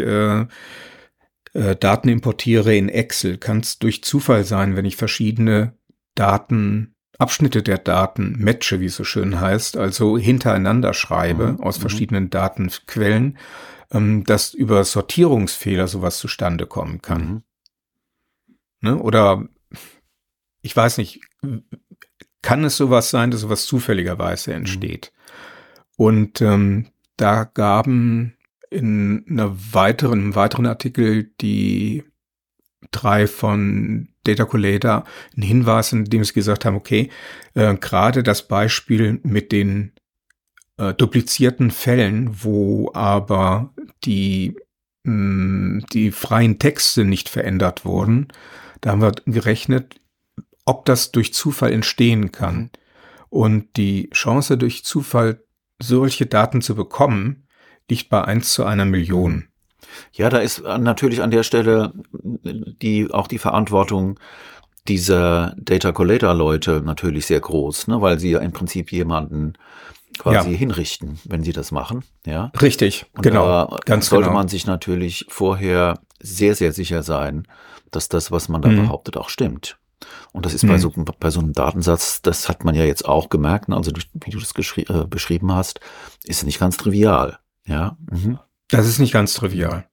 Daten importiere in Excel? Kann es durch Zufall sein, wenn ich verschiedene Abschnitte der Daten matche, wie es so schön heißt, also hintereinander schreibe aus verschiedenen Datenquellen, dass über Sortierungsfehler sowas zustande kommen kann. Ne? Oder ich weiß nicht, kann es sowas sein, dass sowas zufälligerweise entsteht? Und da gaben in einem weiteren Artikel die 3 von Data Collator einen Hinweis, in dem sie gesagt haben, okay, gerade das Beispiel mit den duplizierten Fällen, wo aber die freien Texte nicht verändert wurden, da haben wir gerechnet, ob das durch Zufall entstehen kann. Und die Chance, durch Zufall solche Daten zu bekommen, liegt bei 1 zu 1 Million. Ja, da ist natürlich an der Stelle auch die Verantwortung dieser Data Collator Leute natürlich sehr groß, ne, weil sie ja im Prinzip jemanden quasi hinrichten, wenn sie das machen, ja. Richtig, und genau. Ganz sollte man sich natürlich vorher sehr, sehr sicher sein, dass das, was man da behauptet, auch stimmt. Und das ist bei so einem Datensatz, das hat man ja jetzt auch gemerkt, ne? Also wie du das beschrieben hast, ist nicht ganz trivial. Ja. Mhm. Das ist nicht ganz trivial.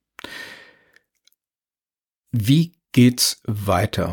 Wie geht's weiter?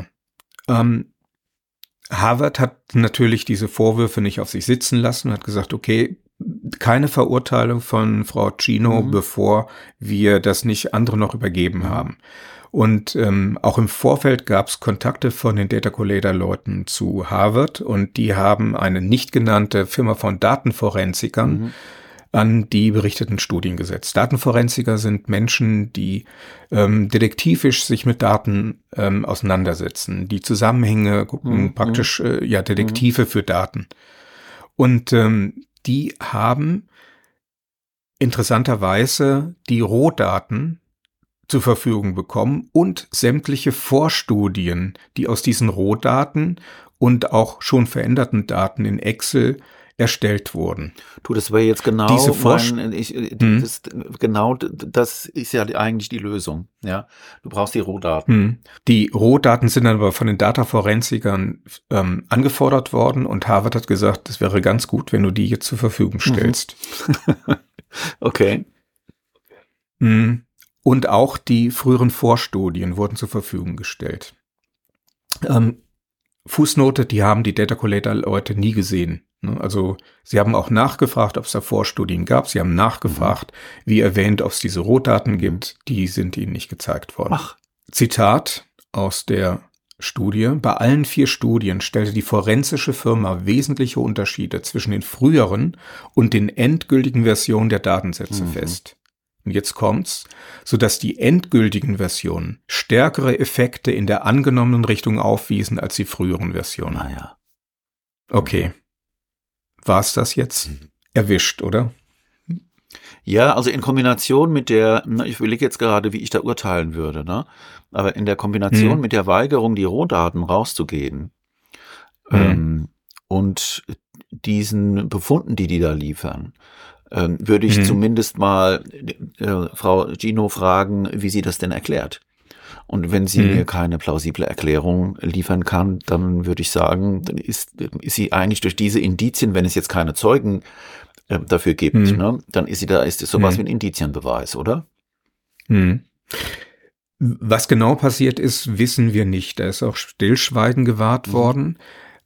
Harvard hat natürlich diese Vorwürfe nicht auf sich sitzen lassen, hat gesagt, okay, keine Verurteilung von Frau Chino, bevor wir das nicht andere noch übergeben haben. Und auch im Vorfeld gab es Kontakte von den Data Collator-Leuten zu Harvard und die haben eine nicht genannte Firma von Datenforensikern an die berichteten Studien gesetzt. Datenforensiker sind Menschen, die detektivisch sich mit Daten auseinandersetzen, die Zusammenhänge gucken, praktisch Detektive für Daten. Und die haben interessanterweise die Rohdaten zur Verfügung bekommen und sämtliche Vorstudien, die aus diesen Rohdaten und auch schon veränderten Daten in Excel erstellt wurden. Du, das wäre jetzt genau das ist ja eigentlich die Lösung. Ja, du brauchst die Rohdaten. Die Rohdaten sind dann aber von den Data-Forensikern angefordert worden und Harvard hat gesagt, es wäre ganz gut, wenn du die jetzt zur Verfügung stellst. Okay. Und auch die früheren Vorstudien wurden zur Verfügung gestellt. Fußnote, die haben die Data Collator-Leute nie gesehen. Also sie haben auch nachgefragt, ob es da Vorstudien gab. Sie haben nachgefragt, wie erwähnt, ob es diese Rohdaten gibt. Die sind ihnen nicht gezeigt worden. Zitat aus der Studie. Bei allen 4 Studien stellte die forensische Firma wesentliche Unterschiede zwischen den früheren und den endgültigen Versionen der Datensätze fest. Und jetzt kommt's, sodass die endgültigen Versionen stärkere Effekte in der angenommenen Richtung aufwiesen als die früheren Versionen. Naja. Okay. War es das jetzt? Erwischt, oder? Ja, also in Kombination mit der, ich überlege jetzt gerade, wie ich da urteilen würde, ne? Aber in der Kombination mit der Weigerung, die Rohdaten rauszugeben und diesen Befunden, die da liefern, würde ich zumindest mal Frau Chino fragen, wie sie das denn erklärt. Und wenn sie mir keine plausible Erklärung liefern kann, dann würde ich sagen, dann ist sie eigentlich durch diese Indizien, wenn es jetzt keine Zeugen dafür gibt, ne, dann ist es sowas wie ein Indizienbeweis, oder? Was genau passiert ist, wissen wir nicht. Da ist auch Stillschweigen gewahrt worden.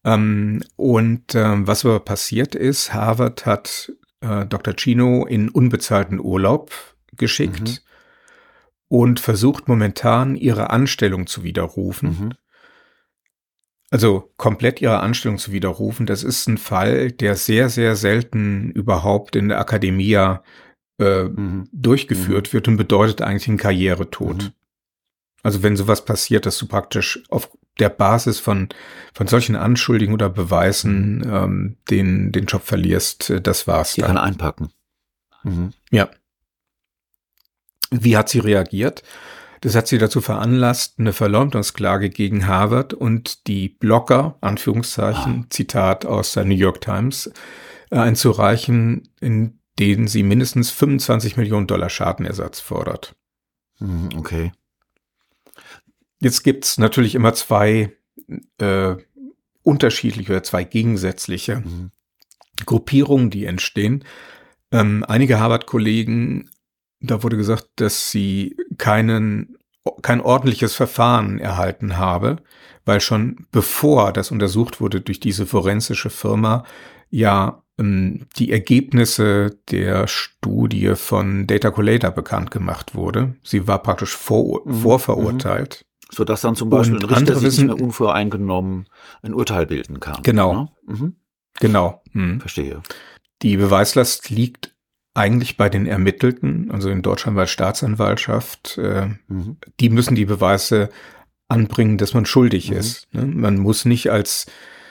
Was aber passiert ist, Harvard hat Dr. Chino in unbezahlten Urlaub geschickt und versucht momentan ihre Anstellung zu widerrufen. Also komplett ihre Anstellung zu widerrufen. Das ist ein Fall, der sehr, sehr selten überhaupt in der Akademie durchgeführt wird und bedeutet eigentlich einen Karrieretod. Also wenn sowas passiert, dass du praktisch auf der Basis von solchen Anschuldigungen oder Beweisen den Job verlierst, das war's dann. Die kann einpacken. Ja. Wie hat sie reagiert? Das hat sie dazu veranlasst, eine Verleumdungsklage gegen Harvard und die Blogger, Anführungszeichen, Zitat aus der New York Times, einzureichen, in denen sie mindestens $25 Millionen Schadenersatz fordert. Okay. Jetzt gibt's natürlich immer 2 unterschiedliche oder 2 gegensätzliche Gruppierungen, die entstehen. Einige Harvard-Kollegen, da wurde gesagt, dass sie kein ordentliches Verfahren erhalten habe, weil schon bevor das untersucht wurde durch diese forensische Firma, ja die Ergebnisse der Studie von Data Collator bekannt gemacht wurde. Sie war praktisch vorverurteilt. Sodass dann zum Beispiel ein Richter sich nicht mehr unvoreingenommen ein Urteil bilden kann. Genau. Ne? Genau. Verstehe. Die Beweislast liegt eigentlich bei den Ermittelten, also in Deutschland bei der Staatsanwaltschaft. Die müssen die Beweise anbringen, dass man schuldig ist. Ne? Man muss nicht als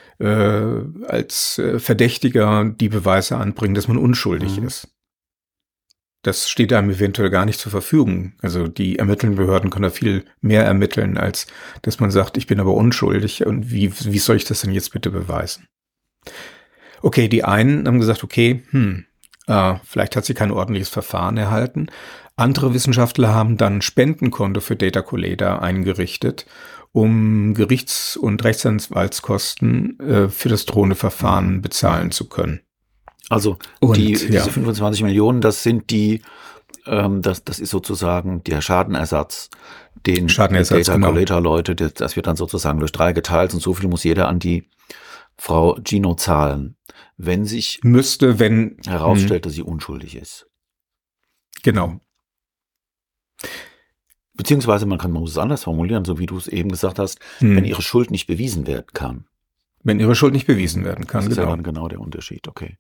Verdächtiger die Beweise anbringen, dass man unschuldig ist. Das steht einem eventuell gar nicht zur Verfügung. Also die ermittelnden Behörden können da viel mehr ermitteln, als dass man sagt, ich bin aber unschuldig und wie soll ich das denn jetzt bitte beweisen? Okay, die einen haben gesagt, okay, Vielleicht hat sie kein ordentliches Verfahren erhalten. Andere Wissenschaftler haben dann ein Spendenkonto für Data Collator eingerichtet, um Gerichts- und Rechtsanwaltskosten für das drohende Verfahren bezahlen zu können. Also diese 25 Millionen, das sind das ist sozusagen der Schadenersatz, den die Data Collator Leute, das wird dann sozusagen durch 3 geteilt und so viel muss jeder an die Frau Gino zahlen, wenn sich herausstellt, dass sie unschuldig ist. Genau. Beziehungsweise man muss es anders formulieren, so wie du es eben gesagt hast, wenn ihre Schuld nicht bewiesen werden kann. Wenn ihre Schuld nicht bewiesen werden kann, das ist ja dann genau der Unterschied, okay.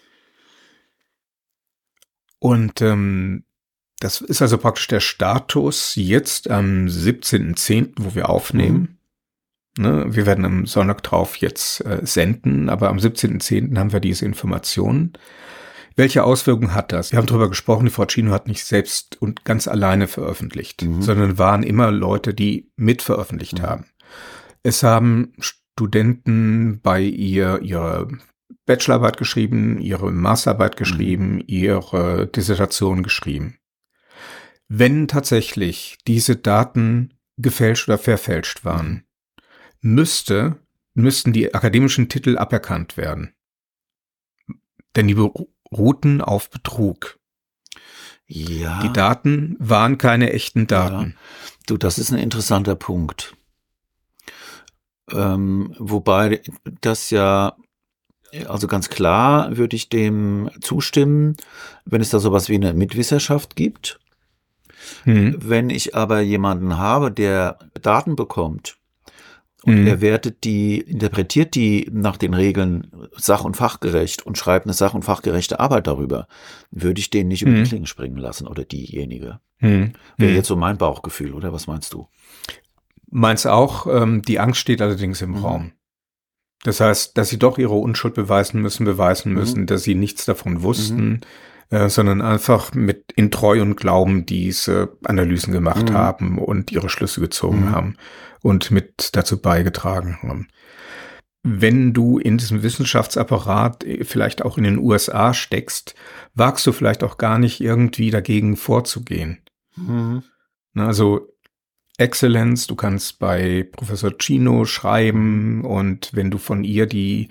Und das ist also praktisch der Status jetzt am 17.10., wo wir aufnehmen. Ne, wir werden am Sonntag drauf jetzt senden, aber am 17.10. haben wir diese Informationen. Welche Auswirkungen hat das? Wir haben darüber gesprochen, die Frau Gino hat nicht selbst und ganz alleine veröffentlicht, sondern waren immer Leute, die mitveröffentlicht haben. Es haben Studenten bei ihre Bachelorarbeit geschrieben, ihre Masterarbeit geschrieben, ihre Dissertation geschrieben. Wenn tatsächlich diese Daten gefälscht oder verfälscht waren, müssten die akademischen Titel aberkannt werden. Denn die beruhten auf Betrug. Ja. Die Daten waren keine echten Daten. Ja. Du, das ist ein interessanter Punkt. Wobei das ja, also ganz klar würde ich dem zustimmen, wenn es da sowas wie eine Mitwisserschaft gibt. Wenn ich aber jemanden habe, der Daten bekommt und er interpretiert die nach den Regeln sach- und fachgerecht und schreibt eine sach- und fachgerechte Arbeit darüber, würde ich den nicht über die Klinge springen lassen oder diejenige. Wäre jetzt so mein Bauchgefühl, oder was meinst du? Meins auch, die Angst steht allerdings im Raum. Das heißt, dass sie doch ihre Unschuld beweisen müssen, dass sie nichts davon wussten, sondern einfach in Treu und Glauben diese Analysen gemacht haben und ihre Schlüsse gezogen haben und mit dazu beigetragen haben. Wenn du in diesem Wissenschaftsapparat vielleicht auch in den USA steckst, wagst du vielleicht auch gar nicht irgendwie dagegen vorzugehen. Also Exzellenz, du kannst bei Professor Gino schreiben und wenn du von ihr die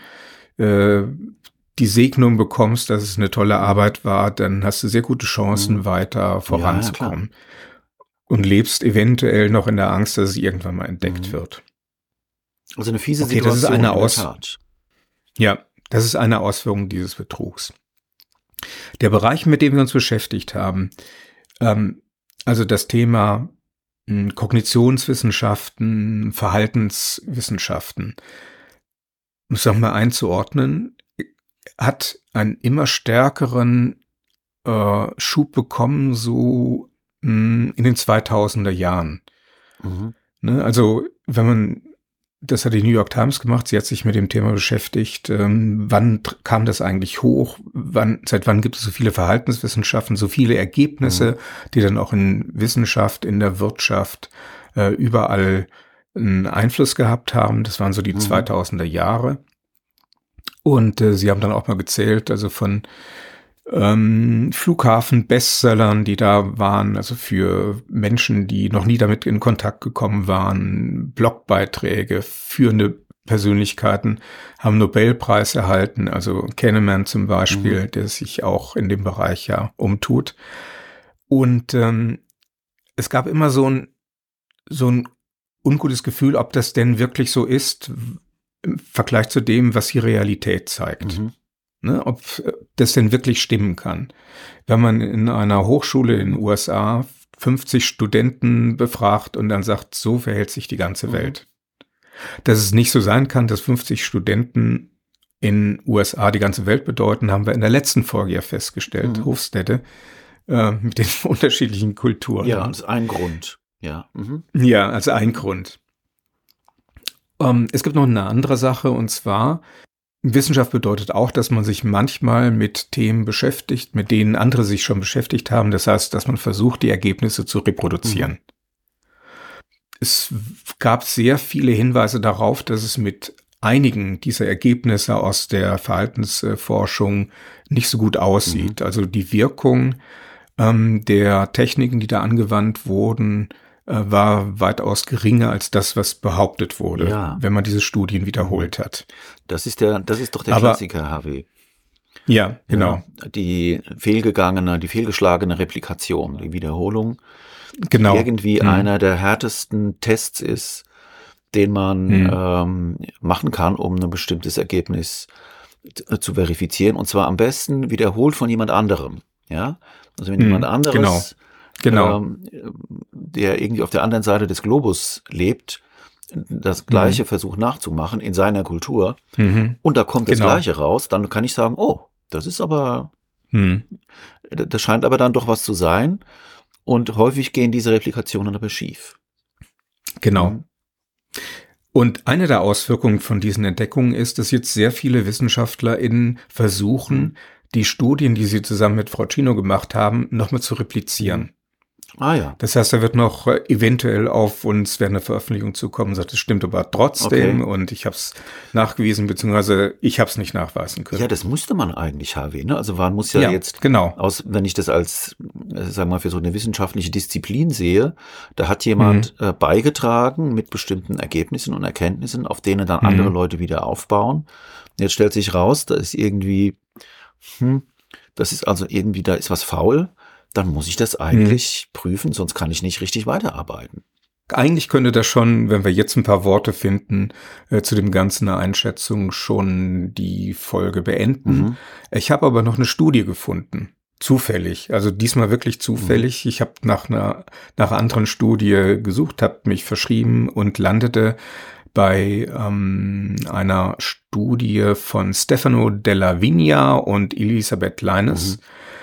Segnung bekommst, dass es eine tolle Arbeit war, dann hast du sehr gute Chancen, weiter voranzukommen. Und lebst eventuell noch in der Angst, dass es irgendwann mal entdeckt wird. Also eine fiese Situation. Das ist eine Ja, das ist eine Auswirkung dieses Betrugs. Der Bereich, mit dem wir uns beschäftigt haben, also das Thema Kognitionswissenschaften, Verhaltenswissenschaften, um es nochmal einzuordnen, hat einen immer stärkeren Schub bekommen, so in den 2000er Jahren. Ne, also das hat die New York Times gemacht, sie hat sich mit dem Thema beschäftigt, wann kam das eigentlich hoch, seit wann gibt es so viele Verhaltenswissenschaften, so viele Ergebnisse, die dann auch in Wissenschaft, in der Wirtschaft, überall einen Einfluss gehabt haben. Das waren so die 2000er Jahre. Und sie haben dann auch mal gezählt, also von Flughafen-Bestsellern, die da waren, also für Menschen, die noch nie damit in Kontakt gekommen waren, Blogbeiträge, führende Persönlichkeiten haben Nobelpreis erhalten, also Kahneman zum Beispiel, der sich auch in dem Bereich ja umtut. Und es gab immer so ein ungutes Gefühl, ob das denn wirklich so ist, im Vergleich zu dem, was die Realität zeigt. Ne, ob das denn wirklich stimmen kann. Wenn man in einer Hochschule in den USA 50 Studenten befragt und dann sagt, so verhält sich die ganze Welt. Dass es nicht so sein kann, dass 50 Studenten in USA die ganze Welt bedeuten, haben wir in der letzten Folge ja festgestellt, Hofstede, mit den unterschiedlichen Kulturen. Ja, als ein Grund. Ja, ja, als ein Grund. Es gibt noch eine andere Sache, und zwar Wissenschaft bedeutet auch, dass man sich manchmal mit Themen beschäftigt, mit denen andere sich schon beschäftigt haben. Das heißt, dass man versucht, die Ergebnisse zu reproduzieren. Es gab sehr viele Hinweise darauf, dass es mit einigen dieser Ergebnisse aus der Verhaltensforschung nicht so gut aussieht. Also die Wirkung der Techniken, die da angewandt wurden, war weitaus geringer als das, was behauptet wurde, wenn man diese Studien wiederholt hat. Das ist doch der Klassiker, Harvey. Ja, genau. Ja, die fehlgeschlagene Replikation, die Wiederholung, genau. Die irgendwie einer der härtesten Tests ist, den man machen kann, um ein bestimmtes Ergebnis zu verifizieren. Und zwar am besten wiederholt von jemand anderem. Ja, also wenn jemand anderes, der irgendwie auf der anderen Seite des Globus lebt, das Gleiche versucht nachzumachen in seiner Kultur und da kommt das Gleiche raus, dann kann ich sagen, oh, das ist aber, das scheint aber dann doch was zu sein und häufig gehen diese Replikationen aber schief. Genau. Und eine der Auswirkungen von diesen Entdeckungen ist, dass jetzt sehr viele WissenschaftlerInnen versuchen, die Studien, die sie zusammen mit Frau Chino gemacht haben, nochmal zu replizieren. Ah ja. Das heißt, da wird noch eventuell auf uns während der Veröffentlichung zukommen, sagt, das stimmt aber trotzdem und ich habe es nachgewiesen, beziehungsweise ich habe es nicht nachweisen können. Ja, das musste man eigentlich, HW, ne? Also man muss ja jetzt, wenn ich das als, sagen wir mal, für so eine wissenschaftliche Disziplin sehe, da hat jemand beigetragen mit bestimmten Ergebnissen und Erkenntnissen, auf denen dann andere Leute wieder aufbauen. Jetzt stellt sich raus, da ist irgendwie, das ist also irgendwie, da ist was faul. Dann muss ich das eigentlich prüfen, sonst kann ich nicht richtig weiterarbeiten. Eigentlich könnte das schon, wenn wir jetzt ein paar Worte finden, zu dem Ganzen eine Einschätzung schon die Folge beenden. Ich habe aber noch eine Studie gefunden. Zufällig, also diesmal wirklich zufällig. Ich habe nach einer anderen Studie gesucht, habe mich verschrieben und landete bei einer Studie von Stefano Della Vigna und Elisabeth Leines.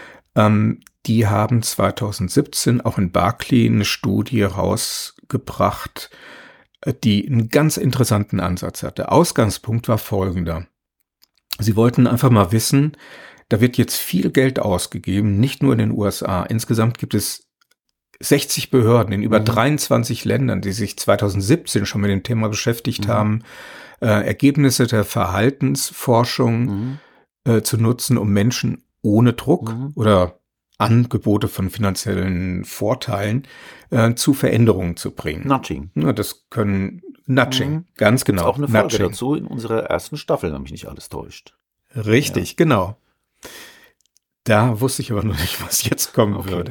Die haben 2017 auch in Berkeley eine Studie rausgebracht, die einen ganz interessanten Ansatz hatte. Ausgangspunkt war folgender. Sie wollten einfach mal wissen, da wird jetzt viel Geld ausgegeben, nicht nur in den USA. Insgesamt gibt es 60 Behörden in über 23 Ländern, die sich 2017 schon mit dem Thema beschäftigt haben, Ergebnisse der Verhaltensforschung zu nutzen, um Menschen ohne Druck oder Angebote von finanziellen Vorteilen zu Veränderungen zu bringen. Nudging. Ja, das können Nudging, ganz genau. Das ist auch eine Folge dazu in unserer ersten Staffel, wenn mich nicht alles täuscht. Richtig, genau. Da wusste ich aber noch nicht, was jetzt kommen würde.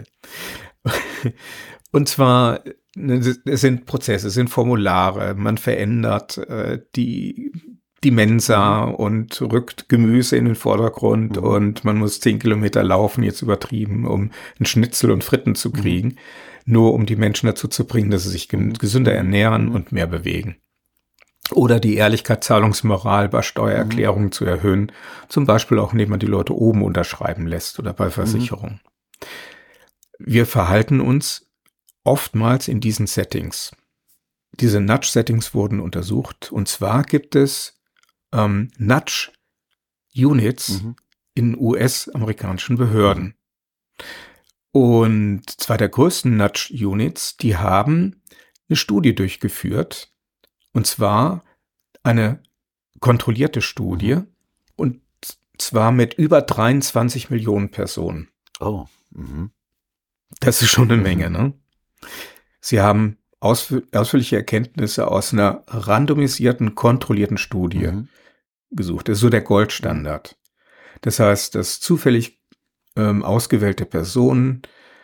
Und zwar, es sind Prozesse, es sind Formulare, man verändert die Mensa und rückt Gemüse in den Vordergrund und man muss 10 Kilometer laufen, jetzt übertrieben, um einen Schnitzel und Fritten zu kriegen, nur um die Menschen dazu zu bringen, dass sie sich gesünder ernähren und mehr bewegen. Oder die Ehrlichkeitszahlungsmoral bei Steuererklärungen zu erhöhen, zum Beispiel auch, indem man die Leute oben unterschreiben lässt oder bei Versicherungen. Wir verhalten uns oftmals in diesen Settings. Diese Nudge-Settings wurden untersucht und zwar gibt es Nudge-Units in US-amerikanischen Behörden. Und zwei der größten Nudge-Units, die haben eine Studie durchgeführt, und zwar eine kontrollierte Studie, und zwar mit über 23 Millionen Personen. Oh. Das ist schon eine Menge, ne? Sie haben ausführliche Erkenntnisse aus einer randomisierten, kontrollierten Studie gesucht. Das ist so der Goldstandard. Das heißt, dass zufällig ausgewählte Personen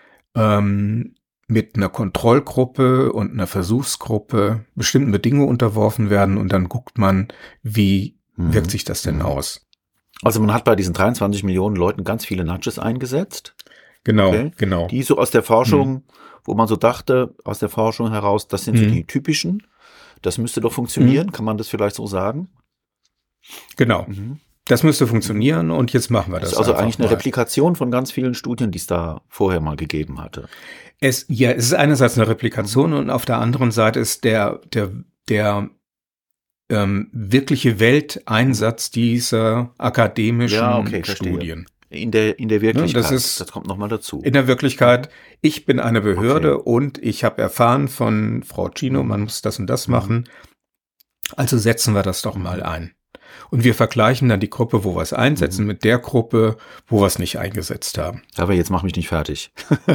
mit einer Kontrollgruppe und einer Versuchsgruppe bestimmten Bedingungen unterworfen werden und dann guckt man, wie wirkt sich das denn aus. Also man hat bei diesen 23 Millionen Leuten ganz viele Nudges eingesetzt. Genau, genau. Die so aus der Forschung, wo man so dachte, aus der Forschung heraus, das sind so die typischen. Das müsste doch funktionieren, kann man das vielleicht so sagen? Genau. Das müsste funktionieren und jetzt machen wir das. Das ist also eigentlich eine Replikation von ganz vielen Studien, die es da vorher mal gegeben hatte. Es ist einerseits eine Replikation und auf der anderen Seite ist der wirkliche Welteinsatz dieser akademischen Studien. In der Wirklichkeit, das kommt nochmal dazu. In der Wirklichkeit, ich bin eine Behörde und ich habe erfahren von Frau Chino, man muss das und das machen. Also setzen wir das doch mal ein. Und wir vergleichen dann die Gruppe, wo wir es einsetzen, mit der Gruppe, wo wir es nicht eingesetzt haben. Aber jetzt mach mich nicht fertig.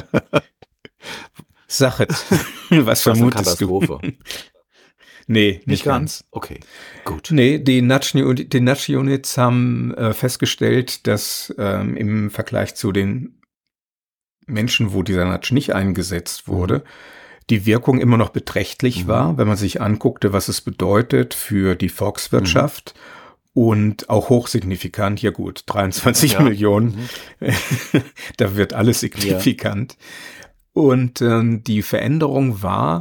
Sag es. Was vermutest du? Nee, nicht ganz. Okay, gut. Nee, die Nudge Units haben festgestellt, dass im Vergleich zu den Menschen, wo dieser Nudge nicht eingesetzt wurde, die Wirkung immer noch beträchtlich war, wenn man sich anguckte, was es bedeutet für die Volkswirtschaft. Und auch hochsignifikant, ja gut, 23 Millionen, da wird alles signifikant. Ja. Und die Veränderung waren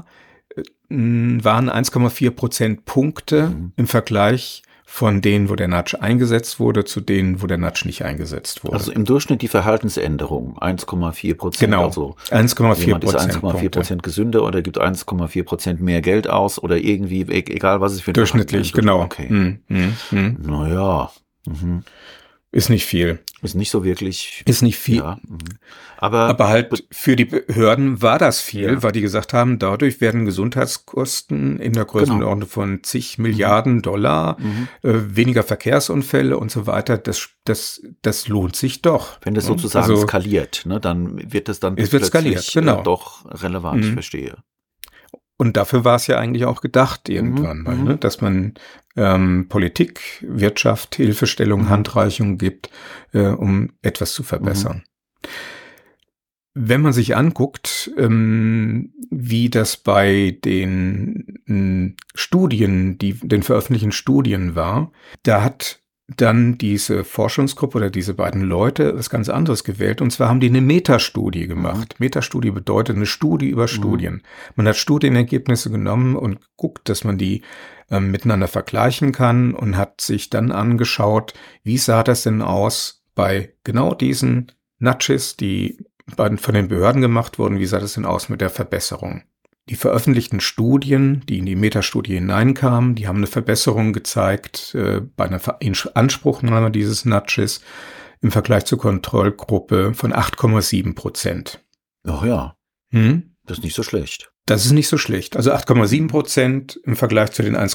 1,4 Prozentpunkte im Vergleich von denen, wo der Nudge eingesetzt wurde, zu denen, wo der Nudge nicht eingesetzt wurde. Also im Durchschnitt die Verhaltensänderung, 1,4%. Genau, also 1,4%. Jemand ist 1,4% gesünder oder gibt 1,4% mehr Geld aus oder irgendwie, egal was es für ein durchschnittlich, genau. Okay. Naja. Ist nicht viel. Ist nicht so wirklich. Ist nicht viel. Ja. Aber halt für die Behörden war das viel, weil die gesagt haben, dadurch werden Gesundheitskosten in der Größenordnung von zig Milliarden $, weniger Verkehrsunfälle und so weiter. Das lohnt sich doch. Wenn das sozusagen skaliert, ne, dann wird das dann plötzlich doch relevant, ich verstehe. Und dafür war es ja eigentlich auch gedacht irgendwann mal, ne? Dass man Politik, Wirtschaft, Hilfestellung, Handreichung gibt, um etwas zu verbessern. Wenn man sich anguckt, wie das bei den Studien, den veröffentlichten Studien war, da hat dann diese Forschungsgruppe oder diese beiden Leute was ganz anderes gewählt. Und zwar haben die eine Metastudie gemacht. Metastudie bedeutet eine Studie über Studien. Man hat Studienergebnisse genommen und guckt, dass man die miteinander vergleichen kann und hat sich dann angeschaut, wie sah das denn aus bei genau diesen Nudges, die von den Behörden gemacht wurden, wie sah das denn aus mit der Verbesserung? Die veröffentlichten Studien, die in die Metastudie hineinkamen, die haben eine Verbesserung gezeigt bei einer Anspruchnahme dieses Nudges im Vergleich zur Kontrollgruppe von 8,7%. Ach ja, das ist nicht so schlecht. Das ist nicht so schlecht. Also 8,7% im Vergleich zu den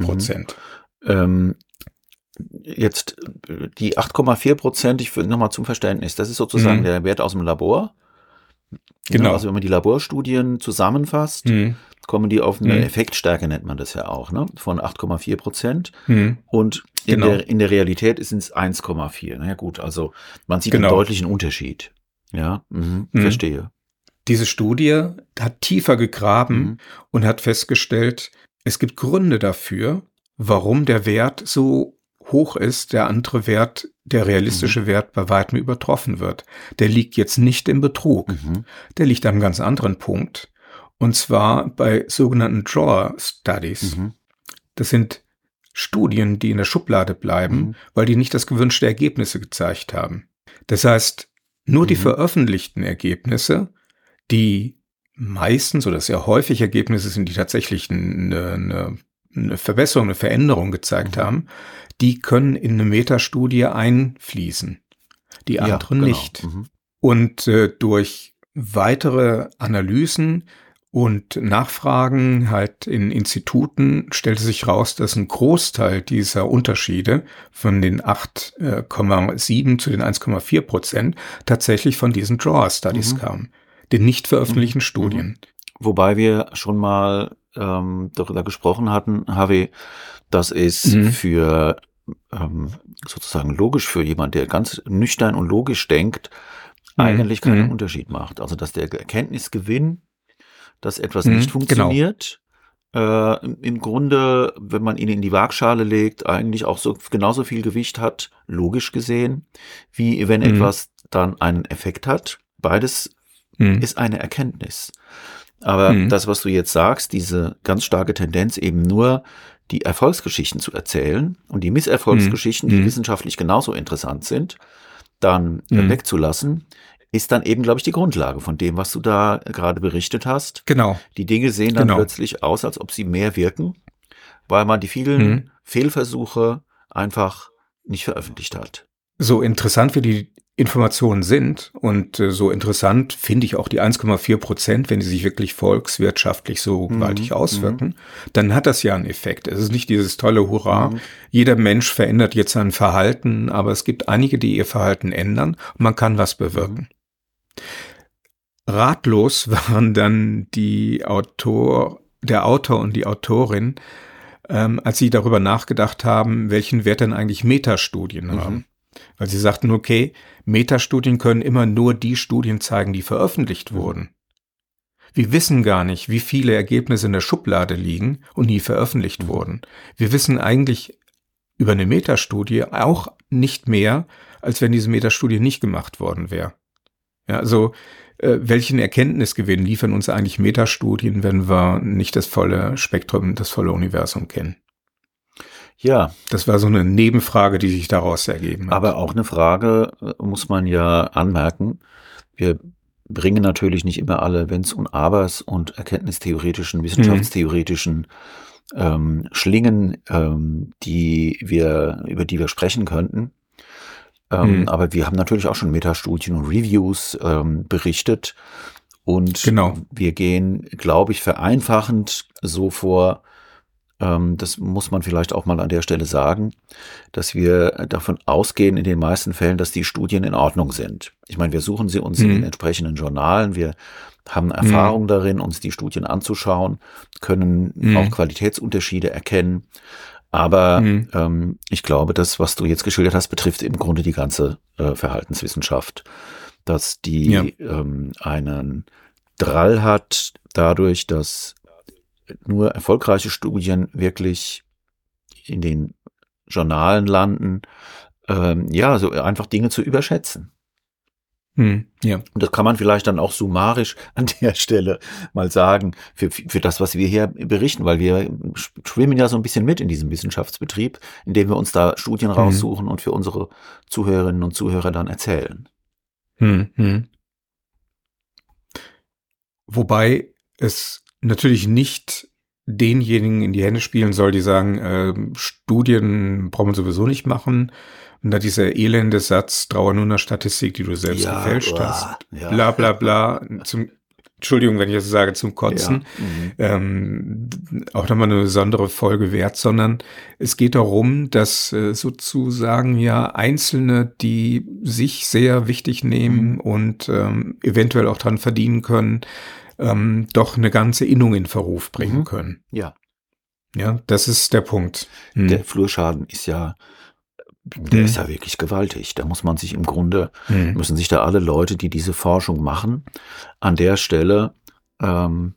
1,4%. Jetzt die 8,4%, ich würde nochmal zum Verständnis, das ist sozusagen der Wert aus dem Labor. Genau. Also wenn man die Laborstudien zusammenfasst, kommen die auf eine Effektstärke, nennt man das ja auch, ne? Von 8,4%. Und in der Realität sind es 1,4. Na ja gut, also man sieht einen deutlichen Unterschied. Ja, verstehe. Diese Studie hat tiefer gegraben und hat festgestellt, es gibt Gründe dafür, warum der Wert so hoch ist, der andere Wert, der realistische Wert bei weitem übertroffen wird. Der liegt jetzt nicht im Betrug. Der liegt an einem ganz anderen Punkt. Und zwar bei sogenannten Drawer Studies. Das sind Studien, die in der Schublade bleiben, weil die nicht das gewünschte Ergebnisse gezeigt haben. Das heißt, nur die veröffentlichten Ergebnisse, die meistens oder sehr häufig Ergebnisse sind, die tatsächlich eine Verbesserung, eine Veränderung gezeigt haben, die können in eine Metastudie einfließen. Die anderen nicht. Und durch weitere Analysen und Nachfragen halt in Instituten stellte sich raus, dass ein Großteil dieser Unterschiede von den 8,7 zu den 1,4% tatsächlich von diesen Drawer-Studies kam, den nicht veröffentlichten Studien. Wobei wir schon mal darüber gesprochen hatten, Harvey, dass es für sozusagen logisch für jemand, der ganz nüchtern und logisch denkt, eigentlich keinen Unterschied macht. Also dass der Erkenntnisgewinn, dass etwas nicht funktioniert, im Grunde, wenn man ihn in die Waagschale legt, eigentlich auch so genauso viel Gewicht hat, logisch gesehen, wie wenn etwas dann einen Effekt hat. Beides ist eine Erkenntnis. Aber das, was du jetzt sagst, diese ganz starke Tendenz, eben nur die Erfolgsgeschichten zu erzählen und die Misserfolgsgeschichten, die wissenschaftlich genauso interessant sind, dann wegzulassen, ist dann eben, glaube ich, die Grundlage von dem, was du da gerade berichtet hast. Genau. Die Dinge sehen dann plötzlich aus, als ob sie mehr wirken, weil man die vielen Fehlversuche einfach nicht veröffentlicht hat. So interessant wie die Informationen sind. Und so interessant finde ich auch die 1,4%, wenn die sich wirklich volkswirtschaftlich so gewaltig auswirken, dann hat das ja einen Effekt. Es ist nicht dieses tolle Hurra, jeder Mensch verändert jetzt sein Verhalten, aber es gibt einige, die ihr Verhalten ändern und man kann was bewirken. Ratlos waren dann der Autor und die Autorin, als sie darüber nachgedacht haben, welchen Wert denn eigentlich Metastudien haben. Weil sie sagten, okay, Metastudien können immer nur die Studien zeigen, die veröffentlicht wurden. Wir wissen gar nicht, wie viele Ergebnisse in der Schublade liegen und nie veröffentlicht wurden. Wir wissen eigentlich über eine Metastudie auch nicht mehr, als wenn diese Metastudie nicht gemacht worden wäre. Ja, also welchen Erkenntnisgewinn liefern uns eigentlich Metastudien, wenn wir nicht das volle Spektrum, das volle Universum kennen? Ja. Das war so eine Nebenfrage, die sich daraus ergeben hat. Aber auch eine Frage, muss man ja anmerken. Wir bringen natürlich nicht immer alle Wenns und Abers und erkenntnistheoretischen, wissenschaftstheoretischen Schlingen, über die wir sprechen könnten. Aber wir haben natürlich auch schon Metastudien und Reviews berichtet. Und wir gehen, glaube ich, vereinfachend so vor, das muss man vielleicht auch mal an der Stelle sagen, dass wir davon ausgehen in den meisten Fällen, dass die Studien in Ordnung sind. Ich meine, wir suchen sie uns in den entsprechenden Journalen, wir haben Erfahrung darin, uns die Studien anzuschauen, können auch Qualitätsunterschiede erkennen. Aber ich glaube, das, was du jetzt geschildert hast, betrifft im Grunde die ganze Verhaltenswissenschaft, dass die einen Drall hat dadurch, dass nur erfolgreiche Studien wirklich in den Journalen landen, so einfach Dinge zu überschätzen. Ja. Und das kann man vielleicht dann auch summarisch an der Stelle mal sagen, für das, was wir hier berichten, weil wir schwimmen ja so ein bisschen mit in diesem Wissenschaftsbetrieb, indem wir uns da Studien raussuchen und für unsere Zuhörerinnen und Zuhörer dann erzählen. Wobei es natürlich nicht denjenigen in die Hände spielen soll, die sagen, Studien brauchen wir sowieso nicht machen. Und da dieser elende Satz, traue nur einer Statistik, die du selbst gefälscht hast. Ja. Bla bla bla. Entschuldigung, wenn ich das sage, zum Kotzen. Ja. Auch nochmal eine besondere Folge wert, sondern es geht darum, dass sozusagen ja Einzelne, die sich sehr wichtig nehmen und eventuell auch dran verdienen können, doch eine ganze Innung in Verruf bringen können. Ja. Ja, das ist der Punkt. Der Flurschaden ist ja, der ist ja wirklich gewaltig. Da muss man sich im Grunde, müssen sich da alle Leute, die diese Forschung machen, an der Stelle, im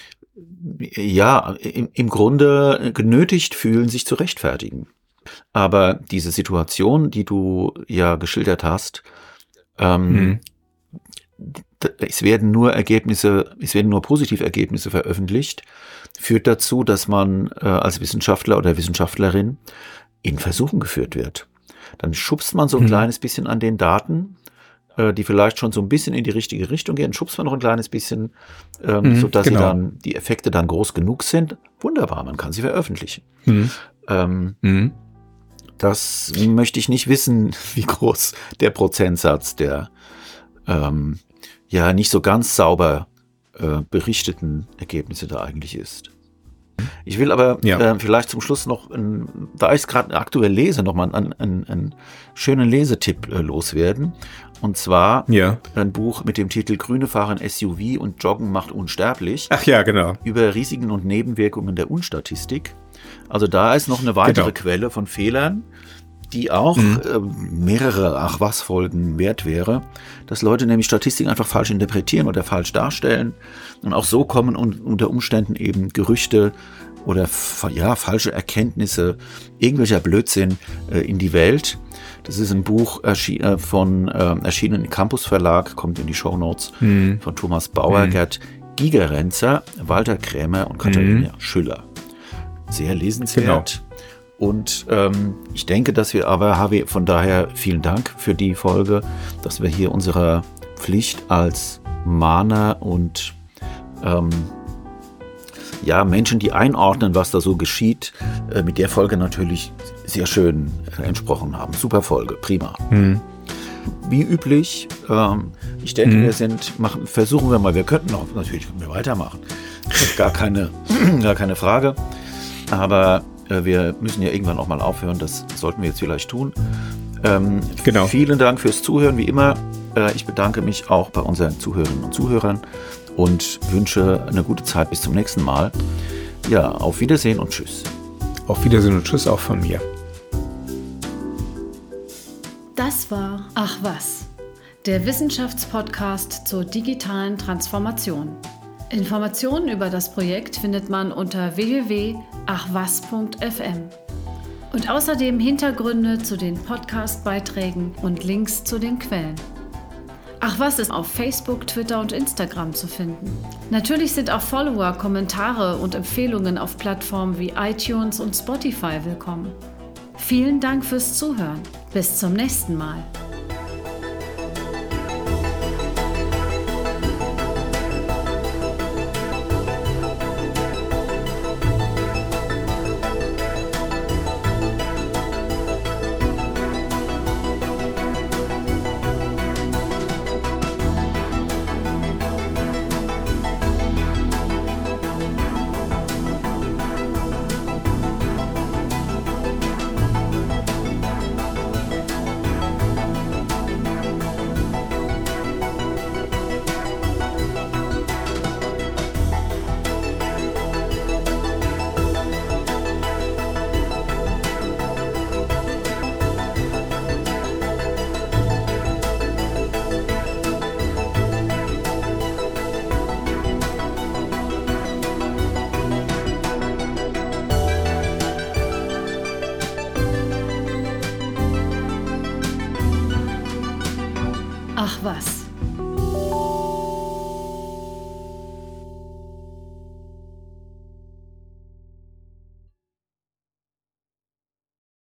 Grunde genötigt fühlen, sich zu rechtfertigen. Aber diese Situation, die du ja geschildert hast, es werden nur Positivergebnisse veröffentlicht, führt dazu, dass man als Wissenschaftler oder Wissenschaftlerin in Versuchen geführt wird. Dann schubst man so ein kleines bisschen an den Daten, die vielleicht schon so ein bisschen in die richtige Richtung gehen, schubst man noch ein kleines bisschen, sodass die Effekte dann groß genug sind. Wunderbar, man kann sie veröffentlichen. Das möchte ich nicht wissen, wie groß der Prozentsatz der nicht so ganz sauber berichteten Ergebnisse da eigentlich ist. Ich will aber vielleicht zum Schluss noch, da ich es gerade aktuell lese, nochmal einen schönen Lesetipp loswerden. Und zwar ein Buch mit dem Titel Grüne fahren SUV und Joggen macht unsterblich. Ach ja, genau. Über Risiken und Nebenwirkungen der Unstatistik. Also da ist noch eine weitere Quelle von Fehlern, die auch mehrere Ach-was-Folgen wert wäre, dass Leute nämlich Statistiken einfach falsch interpretieren oder falsch darstellen und auch so kommen und unter Umständen eben Gerüchte oder falsche Erkenntnisse, irgendwelcher Blödsinn in die Welt. Das ist ein Buch erschienen im Campus Verlag, kommt in die Shownotes, von Thomas Bauer, Gerd Gigerenzer, Walter Krämer und Katharina Schüller. Sehr lesenswert. Und ich denke, dass wir aber, Harvey, von daher vielen Dank für die Folge, dass wir hier unserer Pflicht als Mahner und Menschen, die einordnen, was da so geschieht, mit der Folge natürlich sehr schön entsprochen haben. Super Folge, prima. wie üblich, ich denke, versuchen wir mal, natürlich können wir weitermachen. Gar keine Frage. Aber wir müssen ja irgendwann auch mal aufhören, das sollten wir jetzt vielleicht tun. Genau. Vielen Dank fürs Zuhören, wie immer. Ich bedanke mich auch bei unseren Zuhörerinnen und Zuhörern und wünsche eine gute Zeit bis zum nächsten Mal. Ja, auf Wiedersehen und tschüss. Auf Wiedersehen und tschüss auch von mir. Das war Ach was, der Wissenschaftspodcast zur digitalen Transformation. Informationen über das Projekt findet man unter www.achwas.fm. Und außerdem Hintergründe zu den Podcast-Beiträgen und Links zu den Quellen. Ach was ist auf Facebook, Twitter und Instagram zu finden. Natürlich sind auch Follower, Kommentare und Empfehlungen auf Plattformen wie iTunes und Spotify willkommen. Vielen Dank fürs Zuhören. Bis zum nächsten Mal. Ach was.